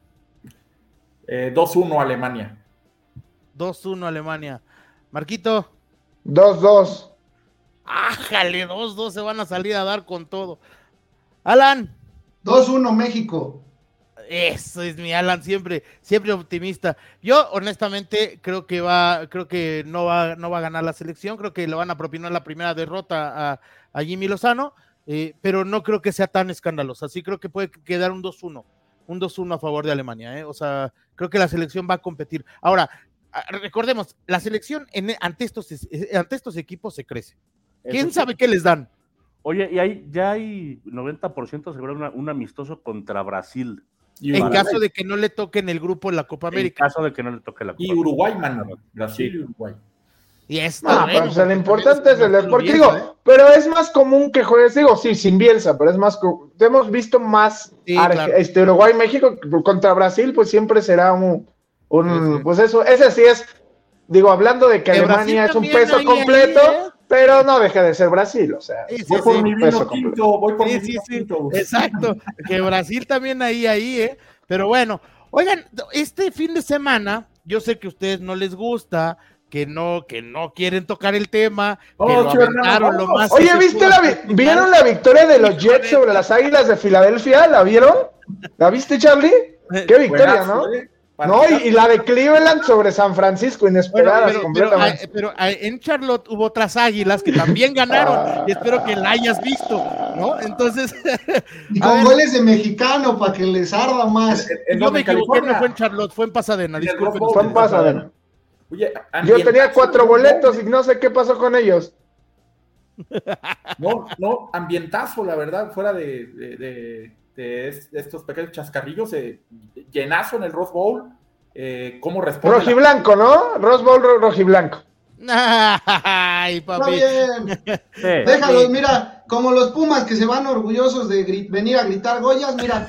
Eh, dos uno Alemania. dos uno Alemania. Marquito. dos dos. Ájale, dos dos se van a salir a dar con todo. Alan. dos uno México. Eso es mi Alan, siempre, siempre optimista. Yo, honestamente, creo que va, creo que no va, no va a ganar la selección, creo que le van a propinar la primera derrota a, a Jimmy Lozano, eh, pero no creo que sea tan escandalosa. Así creo que puede quedar un dos uno, un dos uno a favor de Alemania, ¿eh? O sea, creo que la selección va a competir. Ahora, recordemos, la selección en, ante, estos, ante estos equipos se crece. ¿Quién sabe qué les dan? Oye, y hay, ya hay noventa por ciento seguro una, un amistoso contra Brasil. Y en Uruguay. caso de que no le toquen el grupo en la Copa América. En caso de que no le toque la Copa Y Uruguay, mano. Brasil y Uruguay. Y esto, No, bueno, pues el porque importante es el Bielsa, porque ¿eh? digo, pero es más común que juegues, digo, sí, sin Bielsa, pero es más, co- hemos visto más Sí, Arge- claro. este, Uruguay, México contra Brasil, pues siempre será un, un Sí, sí. pues eso, ese sí es, digo, hablando de que Que Alemania Brasil es un también peso ahí, completo, ahí, ¿eh? pero no deja de ser Brasil, o sea, Sí, sí, Voy sí. por mi peso vino completo. tinto, voy por Sí, mi sí, vino sí, tinto. exacto, que Brasil también ahí, ahí, ¿eh? Pero bueno, oigan, este fin de semana, yo sé que a ustedes no les gusta, que no, que no quieren tocar el tema, que Vamos, lo Chivo, aventaron lo vamos. más Oye, que se ¿viste pudo la vi- platicar. ¿vieron la victoria de los Jets sobre las Águilas de Filadelfia? ¿La vieron? ¿La viste, Charlie? Qué victoria, Buenazo, ¿no? ¿eh? No, y, y la de Cleveland sobre San Francisco, Bueno, inesperadas pero, pero, completamente. ah, pero ah, en Charlotte hubo otras águilas que también ganaron Ah. y espero que la hayas visto, ¿no? Entonces, Y a con ver, goles de mexicano para que les arda más. ¿En yo dónde? me ¿En equivoqué, no California? fue en Charlotte, fue en Pasadena, En el disculpen. Rose Bowl. Fue en Pasadena. Oye, Yo tenía ambientazo cuatro del Rose boletos Bowl, y no sé qué pasó con ellos. No, no, ambientazo, la verdad, fuera de, de, de, de es- de estos pequeños chascarrillos, eh, llenazo en el Rose Bowl, eh, cómo responde. la- Rojiblanco, ¿no? Rose Bowl ro- rojiblanco. Ay, Está papi. bien. Sí. Déjalos, mira, como los Pumas que se van orgullosos de gri- venir a gritar Goyas, mira.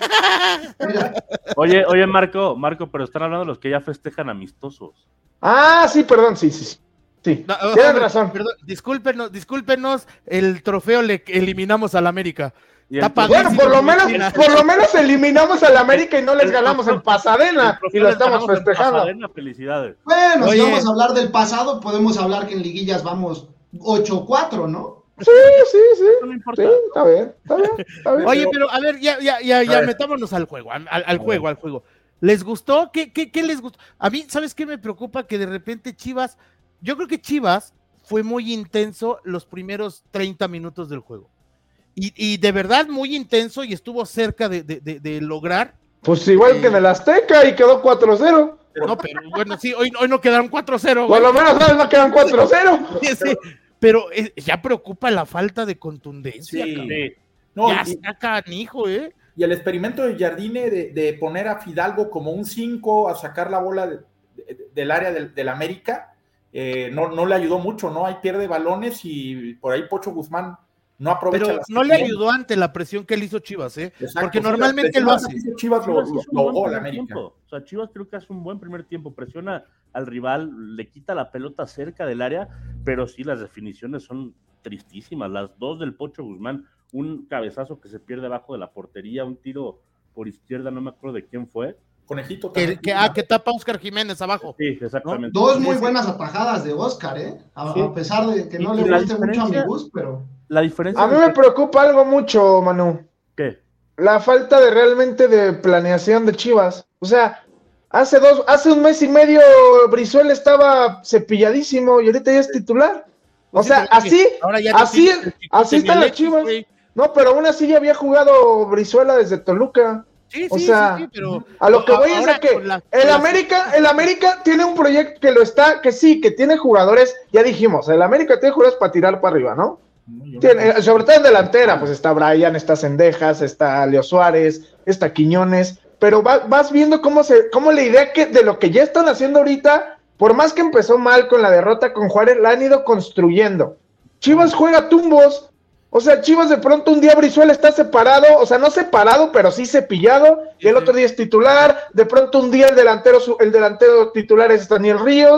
Mira. Oye, oye, Marco, Marco, pero están hablando de los que ya festejan amistosos. Ah, sí, perdón, sí, sí. sí. Sí, No, tienes hombre, razón. Perdón, discúlpenos, discúlpenos, el trofeo le eliminamos al América. Y Está entonces- padrísimo. Bueno, por lo menos, Mira. por lo menos eliminamos al América y no les El ganamos trofeo- en Pasadena el trofeo y lo les estamos ganamos en festejando. Pasadena, felicidades. Bueno, Oye. si vamos a hablar del pasado, podemos hablar que en liguillas vamos ocho cuatro, ¿no? Sí, sí, sí. No me importa. Sí, está bien, está bien, está bien. Oye, pero a ver, ya, ya, ya, ya, ver. metámonos al juego, al, al juego, al juego. ¿Les gustó? ¿Qué, qué, qué les gustó? A mí, ¿sabes qué me preocupa? Que de repente Chivas, yo creo que Chivas fue muy intenso los primeros treinta minutos del juego. Y, y de verdad muy intenso y estuvo cerca de, de, de, de lograr. Pues igual Eh, que en el Azteca y quedó cuatro cero. No, pero bueno, sí, hoy, hoy no quedaron cuatro cero. Por lo menos ¿sabes? No quedan cuatro cero. Sí, sí, pero eh, ya preocupa la falta de contundencia. Sí. cabrón. Sí. No, Ya y, está canijo, ¿eh? y el experimento de Jardine de, de poner a Fidalgo como un cinco a sacar la bola de- de- del área del, del América, eh, no, no le ayudó mucho, ¿no? Ahí pierde balones y por ahí Pocho Guzmán no aprovecha. Pero las no que le tiene. ayudó ante la presión que le hizo Chivas, ¿eh? Exacto, Porque sí, normalmente la lo presión hace. que hizo Chivas lo, Chivas lo, hizo un lo buen ahogó al primer América. tiempo. O sea, Chivas creo que hace un buen primer tiempo. Presiona al rival, le quita la pelota cerca del área, pero sí, las definiciones son tristísimas. Las dos del Pocho Guzmán, un cabezazo que se pierde abajo de la portería, un tiro por izquierda, no me acuerdo de quién fue. Conejito Que, también. que, ah, que tapa a Oscar Jiménez abajo. Sí, exactamente. Dos muy Sí, sí. buenas atajadas de Oscar, ¿eh? A, Sí. a pesar de que no Y- y le la guste mucho a mi diferencia- Gus, pero... La diferencia A mí es me que- preocupa algo mucho, Manu. ¿Qué? La falta de realmente de planeación de Chivas. O sea, hace dos, hace un mes y medio Brizuela estaba cepilladísimo y ahorita ya es titular. O Pues sí, sea, pero es que así, ahora ya no así, tiene el chicote así ni están el las Alexis, Chivas. güey. No, pero aún así ya había jugado Brizuela desde Toluca. Sí, O sí, sea, sí, sí, pero A lo que voy es ahora a que con la- el con la- América, el América tiene un proyecto que lo está, que sí, que tiene jugadores, ya dijimos, el América tiene jugadores para tirar para arriba, ¿no? Tiene, eh, sobre todo en delantera, pues está Brian, está Cendejas, está Leo Suárez, está Quiñones, pero va- vas viendo cómo se, cómo la idea que de lo que ya están haciendo ahorita, por más que empezó mal con la derrota con Juárez, la han ido construyendo. Chivas juega tumbos, o sea, Chivas de pronto un día Brizuela está separado, o sea, no separado, pero sí cepillado, y el otro día es titular, de pronto un día el delantero, su- el delantero titular es Daniel Ríos,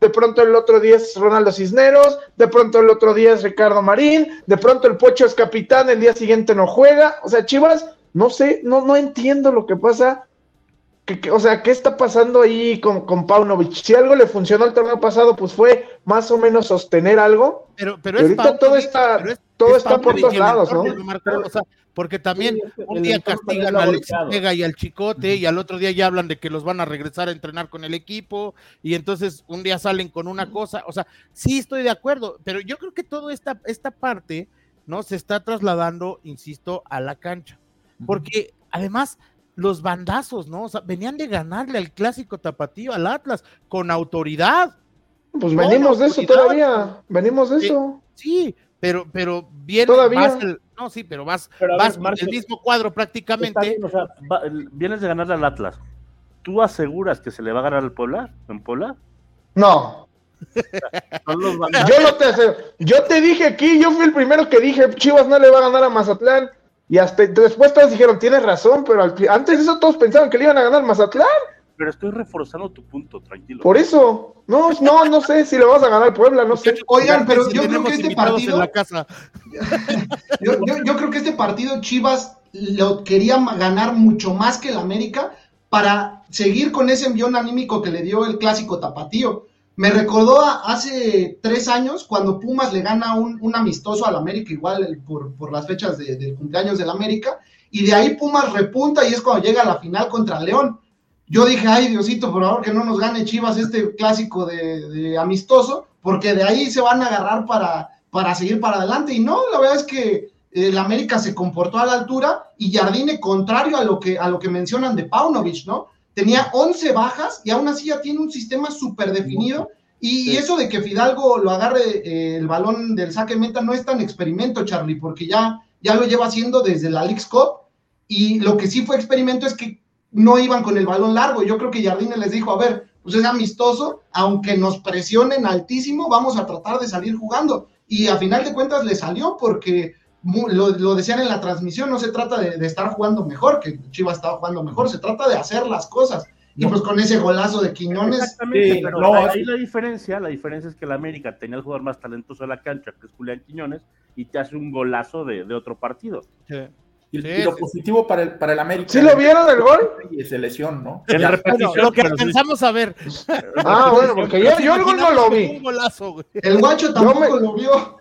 de pronto el otro día es Ronaldo Cisneros, de pronto el otro día es Ricardo Marín, de pronto el Pocho es capitán, el día siguiente no juega, o sea, Chivas, no sé, no, no entiendo lo que pasa, que, que, o sea, ¿qué está pasando ahí con, con Paunovic? Si algo le funcionó el torneo pasado, pues fue más o menos sostener algo, pero, pero y es ahorita Paunovic, todo está, pero es, todo es está Paunovic por todos y el lados, ¿no? entorno, Marco, o sea, porque también Sí, un el día entorno también castigan lo ha a Alex golpeado. Vega y al Chicote, uh-huh. y al otro día ya hablan de que los van a regresar a entrenar con el equipo, y entonces un día salen con una cosa, o sea, sí estoy de acuerdo, pero yo creo que toda esta, esta parte, ¿no? Se está trasladando, insisto, a la cancha, porque uh-huh. además los bandazos, ¿no? O sea, venían de ganarle al clásico tapatío, al Atlas, con autoridad. Pues venimos de eso todavía, venimos de eso. Sí, pero, pero bien, todavía. El, no, sí, pero vas, pero vas ver, Marcos, el mismo cuadro prácticamente. Bien, o sea, va, vienes de ganarle al Atlas. ¿Tú aseguras que se le va a ganar al Puebla? ¿En Puebla? No. yo no te aseguro. Yo te dije aquí, yo fui el primero que dije, Chivas no le va a ganar a Mazatlán. Y hasta después todos dijeron, tienes razón, pero al, antes de eso todos pensaban que le iban a ganar Mazatlán. Pero estoy reforzando tu punto, tranquilo. Por eso, no, no, no sé si le vas a ganar al Puebla, no sé. Oigan, pero yo creo que este partido, en la casa. yo, yo, yo creo que este partido Chivas lo quería ganar mucho más que el América para seguir con ese envión anímico que le dio el clásico tapatío. Me recordó a hace tres años cuando Pumas le gana un, un amistoso al América, igual por, por las fechas de, del cumpleaños del América, y de ahí Pumas repunta y es cuando llega a la final contra León. Yo dije, ay Diosito, por favor que no nos gane Chivas este clásico de, de amistoso, porque de ahí se van a agarrar para, para seguir para adelante, y no, la verdad es que el América se comportó a la altura, y Jardine, contrario a lo que, a lo que mencionan de Paunovic, ¿no? Tenía once bajas y aún así ya tiene un sistema súper definido, y, sí. y eso de que Fidalgo lo agarre eh, el balón del saque meta no es tan experimento, Charlie, porque ya, ya lo lleva haciendo desde la Leagues Cup, y lo que sí fue experimento es que no iban con el balón largo. Yo creo que Jardine les dijo, a ver, pues es amistoso, aunque nos presionen altísimo, vamos a tratar de salir jugando, y a final de cuentas le salió, porque Lo, lo decían en la transmisión, no se trata de, de estar jugando mejor, que Chivas estaba jugando mejor, se trata de hacer las cosas, y pues con ese golazo de Quiñones. Exactamente, sí, pero no, ahí la diferencia, la diferencia es que el América tenía el jugador más talentoso de la cancha, que es Julián Quiñones, y te hace un golazo de, de otro partido. Sí. Y, sí, y lo sí. positivo para el, para el América. ¿Sí lo vieron el gol? Y se lesión, ¿no? En repetición, bueno, lo que alcanzamos sí. a ver. Ah, bueno, porque yo, yo el gol no lo vi. Un golazo, güey. El guacho tampoco me... lo vio.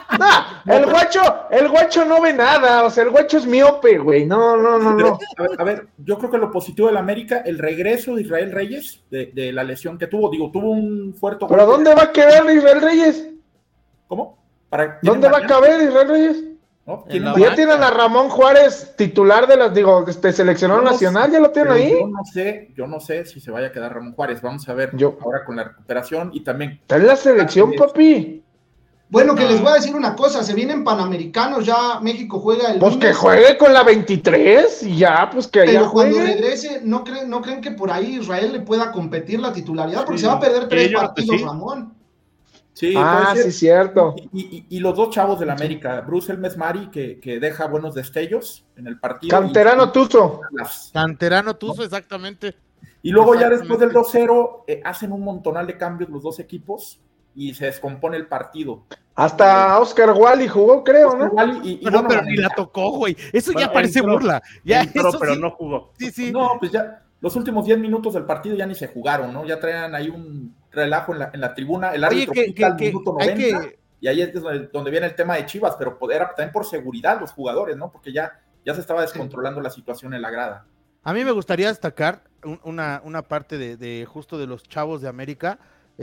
No, el guacho, el guacho no ve nada, o sea, el guacho es miope, güey. No, no, no, no. A ver, a ver, yo creo que lo positivo del América, el regreso de Israel Reyes, de, de la lesión que tuvo, digo, tuvo un fuerte. ¿Pero golpe. ¿Dónde va a quedar Israel Reyes? ¿Cómo? ¿Para ¿Dónde va a caber Israel Reyes? ¿No? Ya tienen a Ramón Juárez titular de las, digo, este seleccionado no nacional, sé, ya lo tienen ahí. Yo no sé, yo no sé si se vaya a quedar Ramón Juárez, vamos a ver yo, ahora con la recuperación y también. Está en la selección, papi. Bueno, que les voy a decir una cosa, se vienen Panamericanos, ya México juega el Pues lunes. Que juegue con la veintitrés y ya, pues que allá Pero cuando juegue. regrese, ¿no creen, ¿no creen que por ahí Israel le pueda competir la titularidad? Porque sí. se va a perder tres sí, partidos, sí. Ramón. Sí, ah, sí, cierto. Y, y, y los dos chavos del América, Bruce Elmes Mari, que, que deja buenos destellos en el partido. Canterano y, Tuzo. Las, Canterano Tuzo, ¿no? Exactamente. Y luego ya después del dos cero, eh, hacen un montonal de cambios los dos equipos y se descompone el partido. Hasta Oscar Wally jugó, creo, Oscar ¿no? Wally y, y pero, bueno, pero ni la tocó, güey. Eso bueno, ya parece entró, burla. Ya entró, eso pero sí. no jugó. Sí, sí. No, pues ya los últimos diez minutos del partido ya ni se jugaron, ¿no? Ya traían ahí un relajo en la, en la tribuna. El árbitro Oye, que, quita que, al minuto que, noventa que... y ahí es donde, donde viene el tema de Chivas, pero era también por seguridad los jugadores, ¿no? Porque ya, ya se estaba descontrolando sí. la situación en la grada. A mí me gustaría destacar un, una, una parte de, de justo de los chavos de América,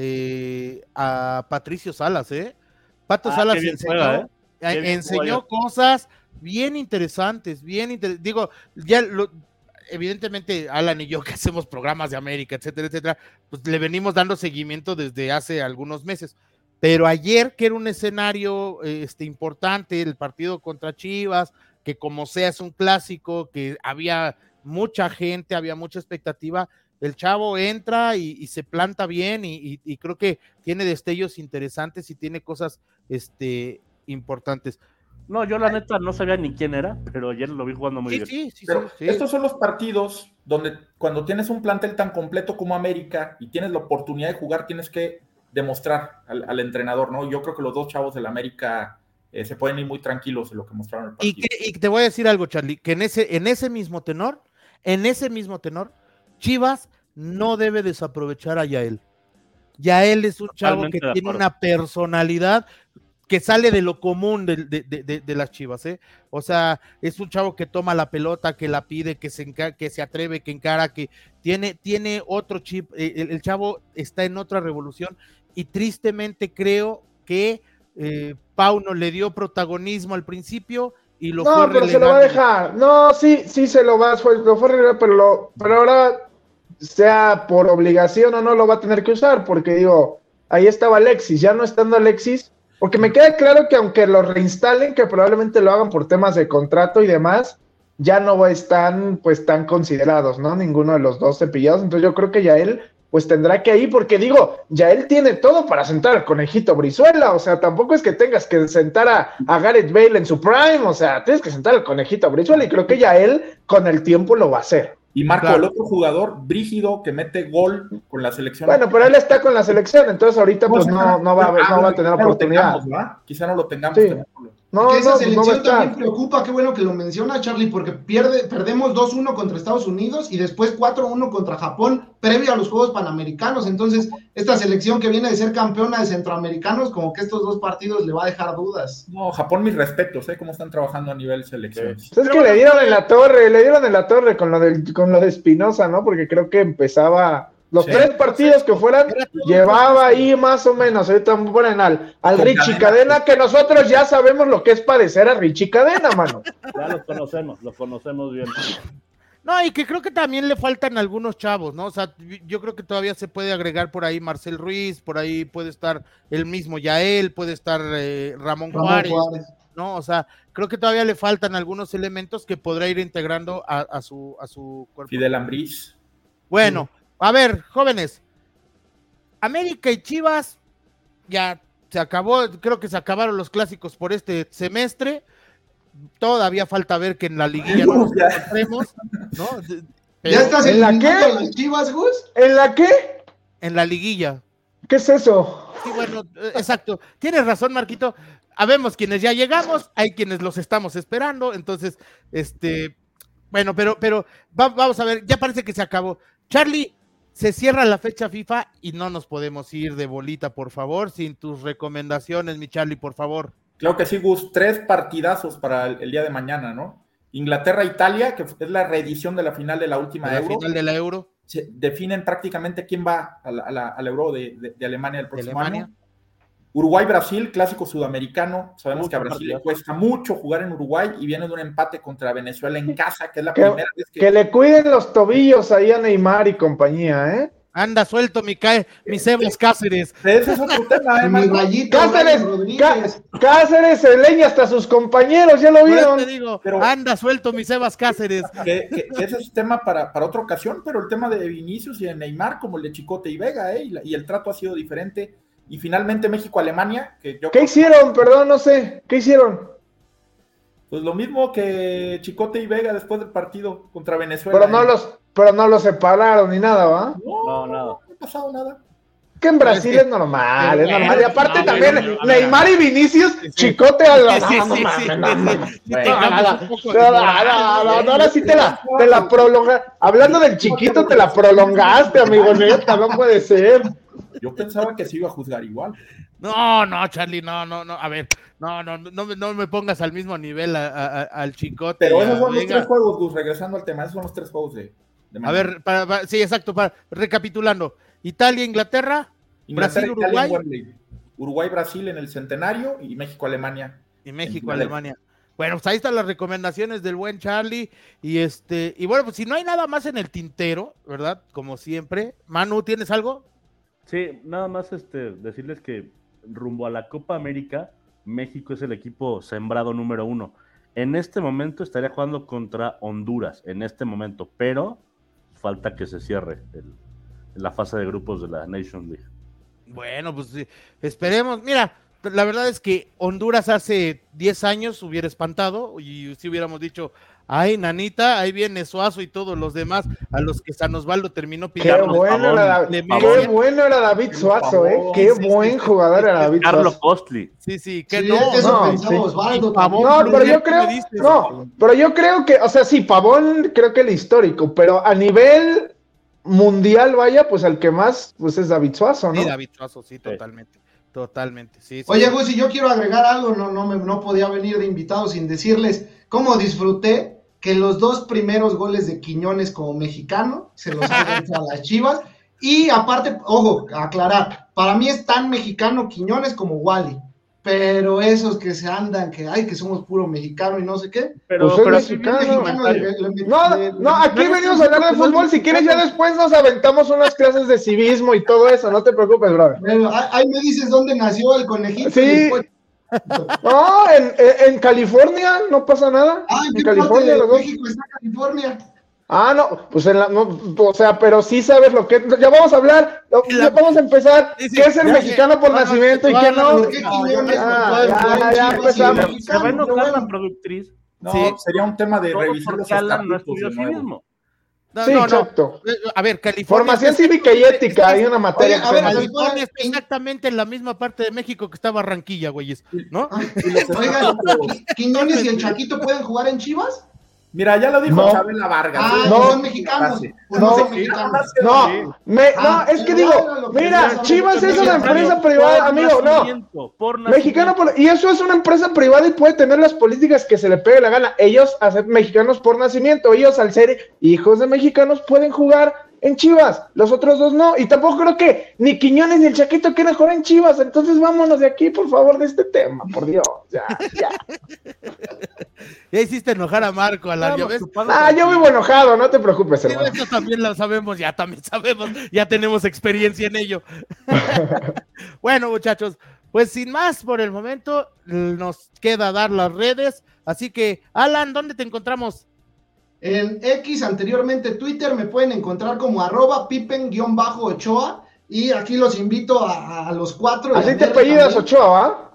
eh, a Patricio Salas, ¿eh? Pato ah, Salas enseñó, juega, ¿eh? enseñó cosas bien interesantes, bien inter... digo, ya lo, evidentemente Alan y yo que hacemos programas de América, etcétera, etcétera, pues le venimos dando seguimiento desde hace algunos meses, pero ayer que era un escenario este, importante, el partido contra Chivas, que como sea es un clásico, que había mucha gente, había mucha expectativa, el chavo entra y, y se planta bien y, y, y creo que tiene destellos interesantes y tiene cosas este, importantes. No, yo la neta no sabía ni quién era, pero ayer lo vi jugando muy sí, bien. Sí, sí, pero sí. Estos son los partidos donde cuando tienes un plantel tan completo como América y tienes la oportunidad de jugar, tienes que demostrar al, al entrenador, ¿no? Yo creo que los dos chavos del América eh, se pueden ir muy tranquilos en lo que mostraron en el partido. Y, que, y te voy a decir algo, Charlie, que en ese, en ese mismo tenor, en ese mismo tenor, Chivas no debe desaprovechar a Yael. Yael es un chavo Totalmente que de tiene acuerdo. una personalidad que sale de lo común de, de, de, de las Chivas, ¿eh? O sea, es un chavo que toma la pelota, que la pide, que se, enca- que se atreve, que encara, que tiene, tiene otro chip, eh, el, el chavo está en otra revolución y tristemente creo que eh, Pau no le dio protagonismo al principio y lo no, fue pero se lo va a relegando. dejar. No, sí, sí se lo va, fue, lo fue a regalar, pero, lo, pero ahora, sea por obligación o no, lo va a tener que usar, porque digo, ahí estaba Alexis, ya no estando Alexis, porque me queda claro que aunque lo reinstalen, que probablemente lo hagan por temas de contrato y demás, ya no están pues tan considerados, ¿no? Ninguno de los dos cepillados, entonces yo creo que ya él pues tendrá que ir, porque digo, ya él tiene todo para sentar al conejito Brizuela, o sea, tampoco es que tengas que sentar a, a Gareth Bale en su prime, o sea, tienes que sentar al conejito Brizuela, y creo que ya él con el tiempo lo va a hacer. Y Marco, Claro. el otro jugador, Brígido, que mete gol con la selección. Bueno, pero él está con la selección, entonces ahorita pues no, no, va, a- no va a tener Quizá oportunidad. Lo tengamos, Quizá no lo tengamos. Sí. No, que esa no, selección no va a también estar. preocupa, qué bueno que lo menciona Charlie, porque pierde, perdemos dos uno contra Estados Unidos y después cuatro uno contra Japón, previo a los Juegos Panamericanos. Entonces, esta selección que viene de ser campeona de Centroamericanos, como que estos dos partidos le va a dejar dudas. No, Japón, mis respetos, ¿eh? Cómo están trabajando a nivel selección. Sí. Pues es que le dieron en la torre, le dieron en la torre con lo del, con lo de Espinosa, ¿no? Porque creo que empezaba los Sí. tres partidos que fueran, Era todo llevaba proceso. ahí más o menos, ahorita ponen al, al Con Richie Cadena. Cadena, que nosotros ya sabemos lo que es padecer a Richie Cadena, mano. Ya los conocemos, los conocemos bien. No, y que creo que también le faltan algunos chavos, ¿no? O sea, yo creo que todavía se puede agregar por ahí Marcel Ruiz, por ahí puede estar el mismo Yael, puede estar eh, Ramón, Ramón Juárez, Juárez. ¿no? O sea, creo que todavía le faltan algunos elementos que podrá ir integrando a, a su, a su cuerpo. Fidel Ambriz. Bueno, a ver, jóvenes, América y Chivas, ya se acabó, creo que se acabaron los clásicos por este semestre. Todavía falta ver que en la liguilla no nos Ya. encontremos, ¿no? De- pero ¿Ya estás ¿en la eliminando qué? a las Chivas, Gus? ¿En la qué? en la liguilla. ¿Qué es eso? Sí, bueno, eh, exacto. Tienes razón, Marquito. Habemos quienes ya llegamos, hay quienes los estamos esperando, entonces, este, bueno, pero, pero va- vamos a ver, ya parece que se acabó. Charlie, se cierra la fecha FIFA y no nos podemos ir de bolita, por favor, sin tus recomendaciones, mi Charlie, por favor. Claro que sí, Gus. Tres partidazos para el, el día de mañana, ¿no? Inglaterra-Italia, que es la reedición de la final de la última A la Euro. final de la Euro. Se definen prácticamente quién va a la, a la, a la Euro de, de, de Alemania el próximo Alemania. año. Uruguay-Brasil, clásico sudamericano. Sabemos Mucho que a Brasil le partidazo. cuesta mucho jugar en Uruguay y viene de un empate contra Venezuela en casa, que es la Que, primera vez que... que le cuiden los tobillos ahí a Neymar y compañía, ¿eh? Anda suelto mi, cae, mi Sebas Cáceres. Ese es otro tema, ¿eh, Mi Marco? rayito, Cáceres, Brian Rodríguez. Cá- Cáceres se leña hasta sus compañeros, ya lo Por eso vieron. te digo, Pero- anda suelto mi Sebas Cáceres. Que, que- que ese es tema para, para otra ocasión, pero el tema de Vinicius y de Neymar, como el de Chicote y Vega, ¿eh? y, la- y el trato ha sido diferente. Y finalmente México-Alemania, que yo ¿Qué hicieron? Perdón, no sé. ¿Qué hicieron? pues lo mismo que Chicote y Vega después del partido contra Venezuela. Pero no ¿eh? los, pero no los separaron ni nada, ¿va? No, No, nada. no ha pasado nada. Que en Brasil es que- es normal, pero es normal. Y bueno, aparte no, también bueno, a ver, Neymar y Vinicius, sí. chicote a la... Sí, sí, no, no sí, mames, sí, no, sí, no, sí. no. Sí, Bueno, tengamos no, un poco no, de no, moral, no, no, güey. no, ahora sí te la, te la prolongaste. Hablando del chiquito, te la prolongaste, amigo, neta, no puede ser. Yo pensaba que se iba a juzgar igual. No, no, Charlie, no, no, no, a ver, no, no, no, me- no me pongas al mismo nivel a- a- a- al chicote. Pero y esos a son los Vega. tres juegos, Gus, regresando al tema, esos son los tres juegos de, de A mañana. ver, para, para- sí, exacto, para, recapitulando, Italia, Inglaterra, Inglaterra, Brasil, Italia en Uruguay. Wembley. Uruguay, Brasil en el Centenario y México, Alemania. y México, Filadelfia. Alemania. Bueno, pues ahí están las recomendaciones del buen Charlie. Y este, y bueno, pues si no hay nada más en el tintero, ¿verdad? Como siempre. Manu, ¿tienes algo? Sí, nada más este, decirles que rumbo a la Copa América, México es el equipo sembrado número uno. En este momento estaría jugando contra Honduras, en este momento, pero falta que se cierre el- la fase de grupos de la Nation League. Bueno, pues sí, esperemos. Mira, la verdad es que Honduras hace diez años hubiera espantado y si hubiéramos dicho, ay, nanita, ahí viene Suazo y todos los demás a los que San Osvaldo terminó Qué pidiendo. bueno, era, David, qué bueno era David Suazo, ¿eh? Qué sí, buen sí, jugador sí, era David Suazo. Carlos Costly. Sí, sí, que sí, no. Eso no, pensaba sí. Osvaldo. Pavón, no, pero yo creo, no, pero yo creo que, o sea, sí, Pavón creo que el histórico, pero a nivel mundial, vaya, pues el que más, pues es David Suazo, ¿no? Sí, David Suazo, sí, totalmente. Totalmente, sí. sí. Oye, Gus, si yo quiero agregar algo, no, no, me, no podía venir de invitado sin decirles cómo disfruté que los dos primeros goles de Quiñones como mexicano se los hayan hecho a las Chivas. Y aparte, ojo, aclarar, para mí es tan mexicano Quiñones como Wally. Pero esos que se andan, que ay, que somos puro mexicano y no sé qué. Pero, pues pero mexicano. mexicano le, le, le, no, le, no, aquí le, venimos a hablar de fútbol. Si quieres, ya después nos aventamos unas clases de civismo y todo eso. No te preocupes, brother. Bueno, ahí me dices dónde nació el conejito. Sí. Después... No, en, en California no pasa nada. Ah, ¿en, en California, de México está California? Ah, no, pues en la, no, o sea, pero sí sabes lo que, ya vamos a hablar, ya vamos a empezar, sí, sí, ¿qué es el mexicano sé. por no, nacimiento no, y qué no? ¿Qué no, no ah, ya, ya, ya empezamos. Se va a enojar la productriz. No, sí. Sería un tema de revisar los estatutos de nuevo. No, sí, no, exacto. No. A ver, California. Formación cívica y ética, hay una materia. Oye, a ver, California está exactamente en la misma parte de México que está Barranquilla, güeyes, ¿no? Oigan, ¿Quiñones y el Chaquito pueden jugar en Chivas? Mira, ya lo dijo no. Chabela Vargas. Ah, no, no son mexicanos. Pues no, son mexicanos. No, me, ah, no, es que digo, mira, Chivas es una empresa privada, amigo, no. Por mexicano, por, y eso es una empresa privada y puede tener las políticas que se le pegue la gana. Ellos, hacen mexicanos por nacimiento, ellos al ser hijos de mexicanos pueden jugar en Chivas, los otros dos no, y tampoco creo que ni Quiñones ni el Chaquito quieren jugar en Chivas, entonces vámonos de aquí, por favor, de este tema, por Dios, ya, ya. Ya hiciste enojar a Marco, Alan, ¿ya ves? Ah, yo vivo enojado, no te preocupes, hermano. Sí, eso también lo sabemos, ya también sabemos, ya tenemos experiencia en ello. Bueno, muchachos, pues sin más por el momento, nos queda dar las redes, así que, Alan, ¿dónde te encontramos? En X, anteriormente Twitter, me pueden encontrar como arroba pipen-ochoa y aquí los invito a, a los cuatro. ¿Así te apellidas también. Ochoa, va?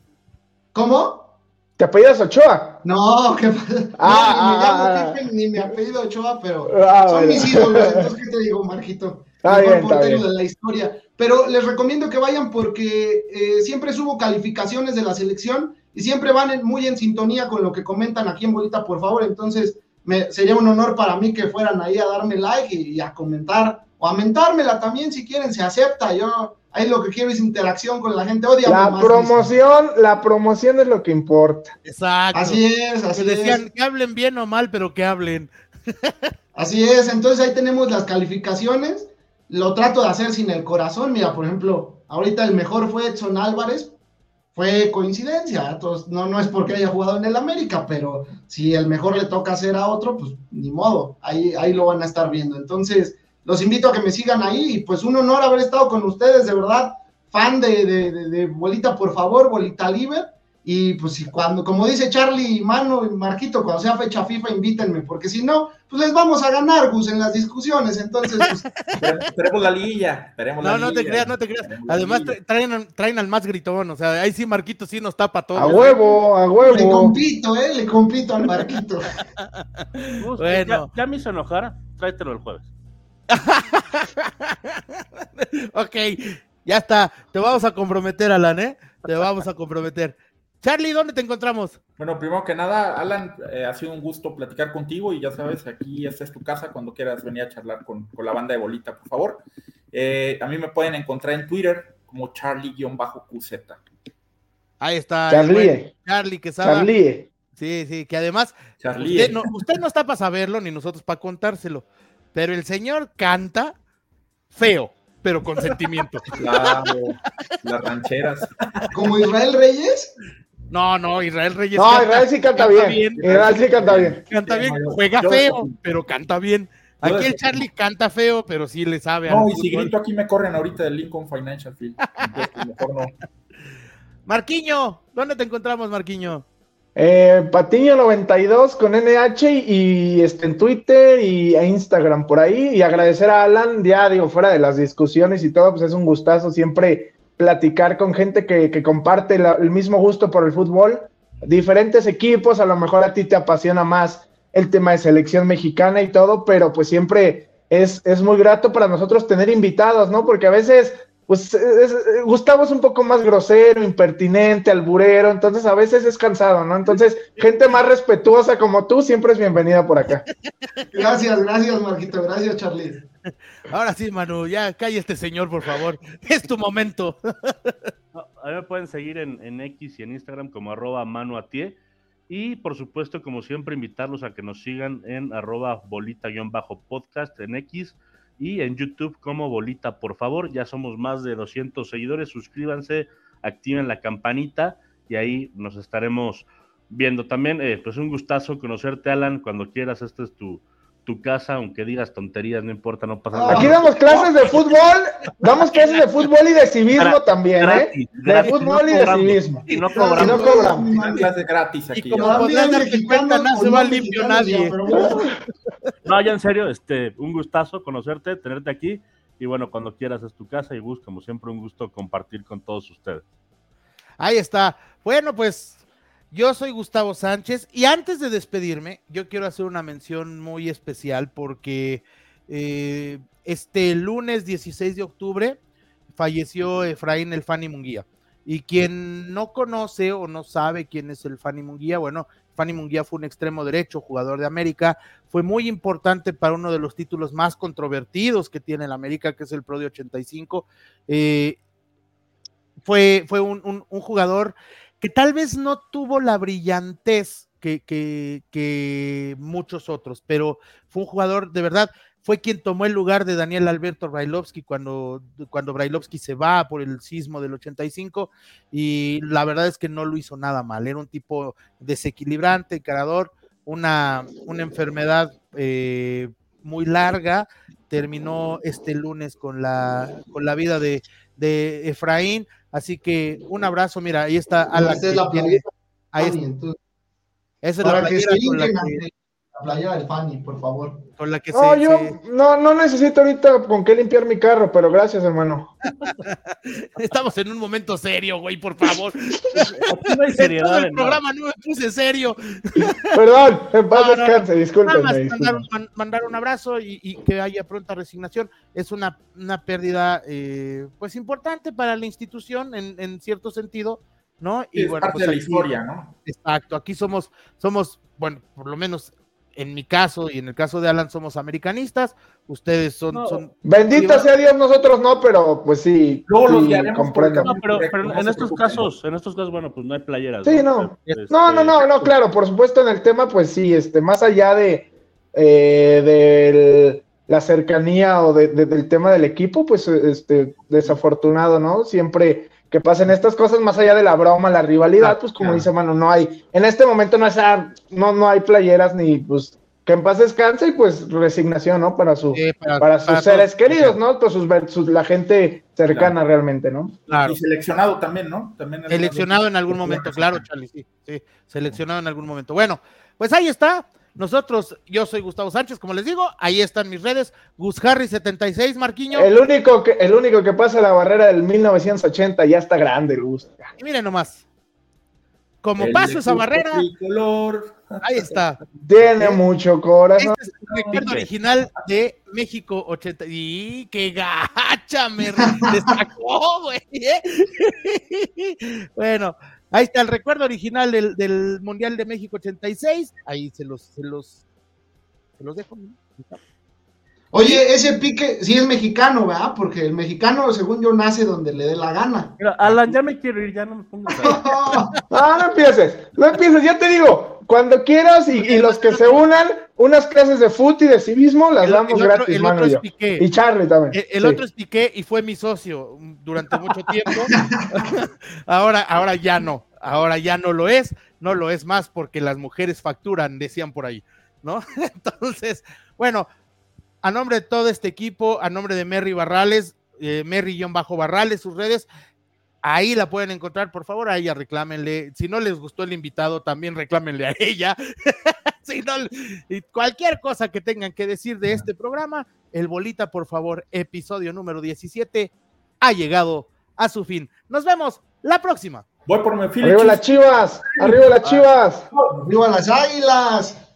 ¿Cómo? ¿Te apellidas Ochoa? No, ¿qué pasa? Ah, no, ni me llamo ah, Pippen, ni mi apellido Ochoa, pero ah, son bueno. mis ídolos, entonces, ¿qué te digo, Marquito? Ah, Mejor bien, portero de la historia. Pero les recomiendo que vayan porque eh, siempre subo calificaciones de la selección y siempre van en, muy en sintonía con lo que comentan aquí en Bolita, por favor, entonces... Me, sería un honor para mí que fueran ahí a darme like y, y a comentar, o a mentármela también si quieren, se acepta, yo ahí lo que quiero es interacción con la gente, odia la más promoción, listo. La promoción es lo que importa. Exacto. Así es, así que decían es. que hablen bien o mal, pero que hablen. Así es, entonces ahí tenemos las calificaciones, lo trato de hacer sin el corazón, mira, por ejemplo, ahorita el mejor fue Edson Álvarez, fue coincidencia, entonces, no, no es porque haya jugado en el América, pero si el mejor le toca hacer a otro, pues ni modo, ahí, ahí lo van a estar viendo. Entonces, los invito a que me sigan ahí, y pues un honor haber estado con ustedes, de verdad, fan de, de, de, de Bolita, por favor, Bolita Libre, y pues si cuando, como dice Charlie, Mano y Marquito, cuando sea fecha FIFA, invítenme, porque si no, pues les vamos a ganar, Gus, en las discusiones, entonces, pues... Esperemos la liguilla, esperemos no, la no liguilla. te creas, no te creas, además traen, traen al más gritón, o sea, ahí sí Marquito sí nos tapa todo. A huevo, a huevo. Le compito, eh, le compito al Marquito. Gus, bueno. Ya, ya me hizo enojar, tráetelo el jueves. Ok, ya está, te vamos a comprometer, Alan, ¿eh? Te vamos a comprometer. Charlie, ¿dónde te encontramos? Bueno, primero que nada, Alan, eh, ha sido un gusto platicar contigo y ya sabes, aquí esta es tu casa cuando quieras venir a charlar con, con la banda de Bolita, por favor. Eh, a mí me pueden encontrar en Twitter como Charlie-Q Z. Ahí está. Charlie. Charlie, que sabe. Charlie. Sí, sí, que además, Charlie. Usted, no, usted no está para saberlo, ni nosotros para contárselo, pero el señor canta feo, pero con sentimiento. Claro, las rancheras. ¿Como Israel Reyes? No, no, Israel Reyes. No, canta, Israel sí canta, canta bien. bien. Israel sí canta bien. Canta bien, juega yo, feo, yo, pero canta bien. Aquí el Charlie canta feo, pero sí le sabe. No, y si grito aquí me corren ahorita del Lincoln Financial Field. Entonces, mejor no. Marquiño, ¿dónde te encontramos, Marquiño? Eh, Patiño noventa y dos con N H y este, en Twitter y a Instagram por ahí. Y agradecer a Alan, ya digo, fuera de las discusiones y todo, pues es un gustazo siempre platicar con gente que, que comparte la, el mismo gusto por el fútbol, diferentes equipos, a lo mejor a ti te apasiona más el tema de selección mexicana y todo, pero pues siempre es, es muy grato para nosotros tener invitados, ¿no? Porque a veces, pues, es, Gustavo es un poco más grosero, impertinente, alburero, entonces a veces es cansado, ¿no? Entonces, gente más respetuosa como tú siempre es bienvenida por acá. Gracias, gracias, Marquito, gracias, Charlie. Ahora sí, Manu, ya calle este señor, por favor. Es tu momento. A mí me pueden seguir en, en X y en Instagram como arroba manuatie. Y por supuesto, como siempre, invitarlos a que nos sigan en arroba bolita-podcast en X y en YouTube como Bolita, por favor. Ya somos más de doscientos seguidores. Suscríbanse, activen la campanita y ahí nos estaremos viendo. También, eh, pues un gustazo conocerte, Alan. Cuando quieras, esta es tu, tu casa, aunque digas tonterías, no importa, no pasa nada. Aquí damos clases de fútbol, damos clases de fútbol y de civismo Gra- también, gratis, ¿eh? gratis, de fútbol no y de cobramos, civismo. y no Y cobramos. no cobramos. Una clase gratis aquí. Y como ya. podrás darte mexicanos cuenta, no o se va no limpio mexicanos nadie. ya, pero bueno. No, ya en serio, este, un gustazo conocerte, tenerte aquí. Y bueno, cuando quieras es tu casa y Gus, como siempre, un gusto compartir con todos ustedes. Ahí está. Bueno, pues yo soy Gustavo Sánchez y antes de despedirme, yo quiero hacer una mención muy especial porque eh, este lunes dieciséis de octubre falleció Efraín el Fanny Munguía. Y quien no conoce o no sabe quién es el Fanny Munguía, bueno, Fanny Munguía fue un extremo derecho, jugador de América, fue muy importante para uno de los títulos más controvertidos que tiene el América, que es el Pro de ochenta y cinco. Eh, fue, fue un, un, un jugador que tal vez no tuvo la brillantez que, que, que muchos otros, pero fue un jugador de verdad, fue quien tomó el lugar de Daniel Alberto Brailovsky cuando, cuando Brailovsky se va por el sismo del ochenta y cinco, y la verdad es que no lo hizo nada mal, era un tipo desequilibrante, encarador, una, una enfermedad eh, muy larga, terminó este lunes con la, con la vida de, de Efraín, así que un abrazo, mira, ahí está Alan. Esta es la tiene, playera ahí Fanny, está, entonces, esa es para la que playera se con la hinquen que, ante la playera del Fanny, por favor. con la que No, se, yo se... no, no necesito ahorita con qué limpiar mi carro, pero gracias, hermano. Estamos en un momento serio, güey, por favor. Aquí no hay En todo seriedad el en nada. programa no me puse serio. Perdón, en paz No, no, no. descanse, Nada discúlpenme. más discúlpenme. mandar un, man- mandar un abrazo y, y que haya pronta resignación. Es una, una pérdida, eh, pues, importante para la institución en, en cierto sentido, ¿no? Sí, es parte pues, de la aquí- historia, ¿no? Exacto, aquí somos, somos, bueno, por lo menos en mi caso y en el caso de Alan somos americanistas, ustedes son... No. son Bendito sea Dios, nosotros no, pero pues sí, Luego los sí, guiaremos por el comprendo. camino. No, pero, Correcto, pero no en se estos preocupen. casos, en estos casos, bueno, pues no hay playeras. Sí, no. Este, No, no, no, no, claro, por supuesto en el tema, pues sí, este, más allá de, eh, de la cercanía o de, de, del tema del equipo, pues este, desafortunado, ¿no? Siempre que pasen estas cosas, más allá de la broma, la rivalidad, Ah, pues como claro. dice Manu, no hay, en este momento no, es, no, no hay playeras ni, pues, que en paz descanse y pues resignación, ¿no? Para, su, eh, para, para sus para seres todos. queridos, ¿no? Pues sus, sus, la gente cercana Claro. realmente, ¿no? Claro. Y seleccionado también, ¿no? También es Seleccionado una- en algún momento, claro, Charlie, sí, sí, seleccionado en algún momento. Bueno, pues ahí está. Nosotros, yo soy Gustavo Sánchez, como les digo, ahí están mis redes, Gus Harry setenta y seis, Marquiño. El único que, el único que pasa la barrera del mil novecientos ochenta ya está grande, el Gus. Y miren nomás, como El paso esa equipo barrera, tricolor. ahí está. Tiene ¿Eh? mucho corazón. Este es el recuerdo original de México ochenta. ¡Y qué gacha! Me destacó, güey. ¿eh? Bueno, ahí está el recuerdo original del, del Mundial de México ochenta y seis. Ahí se los, se los, se los dejo. ¿no? Oye, ese pique sí es mexicano, ¿verdad? Porque el mexicano, según yo, nace donde le dé la gana. Mira, Alan, ya me quiero ir, ya no me pongas a... No, no empieces, no empieces, ya te digo, cuando quieras y, y los que se unan, unas clases de fútbol y de civismo las El- damos el otro- gratis, el Manu otro y es yo. Piqué. Y Charlie también. El, el sí. otro es Piqué y fue mi socio durante mucho tiempo. ahora, ahora ya no, ahora ya no lo es, no lo es más porque las mujeres facturan, decían por ahí, ¿no? Entonces, bueno, a nombre de todo este equipo, a nombre de Merry Barrales, eh, Merry-Barrales, sus redes, ahí la pueden encontrar, por favor, a ella reclámenle, si no les gustó el invitado, también reclámenle a ella, si no, y cualquier cosa que tengan que decir de este programa, el Bolita, por favor, episodio número diecisiete, ha llegado a su fin. Nos vemos la próxima. Voy por mi Philly ¡Arriba las Chivas! ¡Arriba las Chivas! ¡Arriba las Águilas!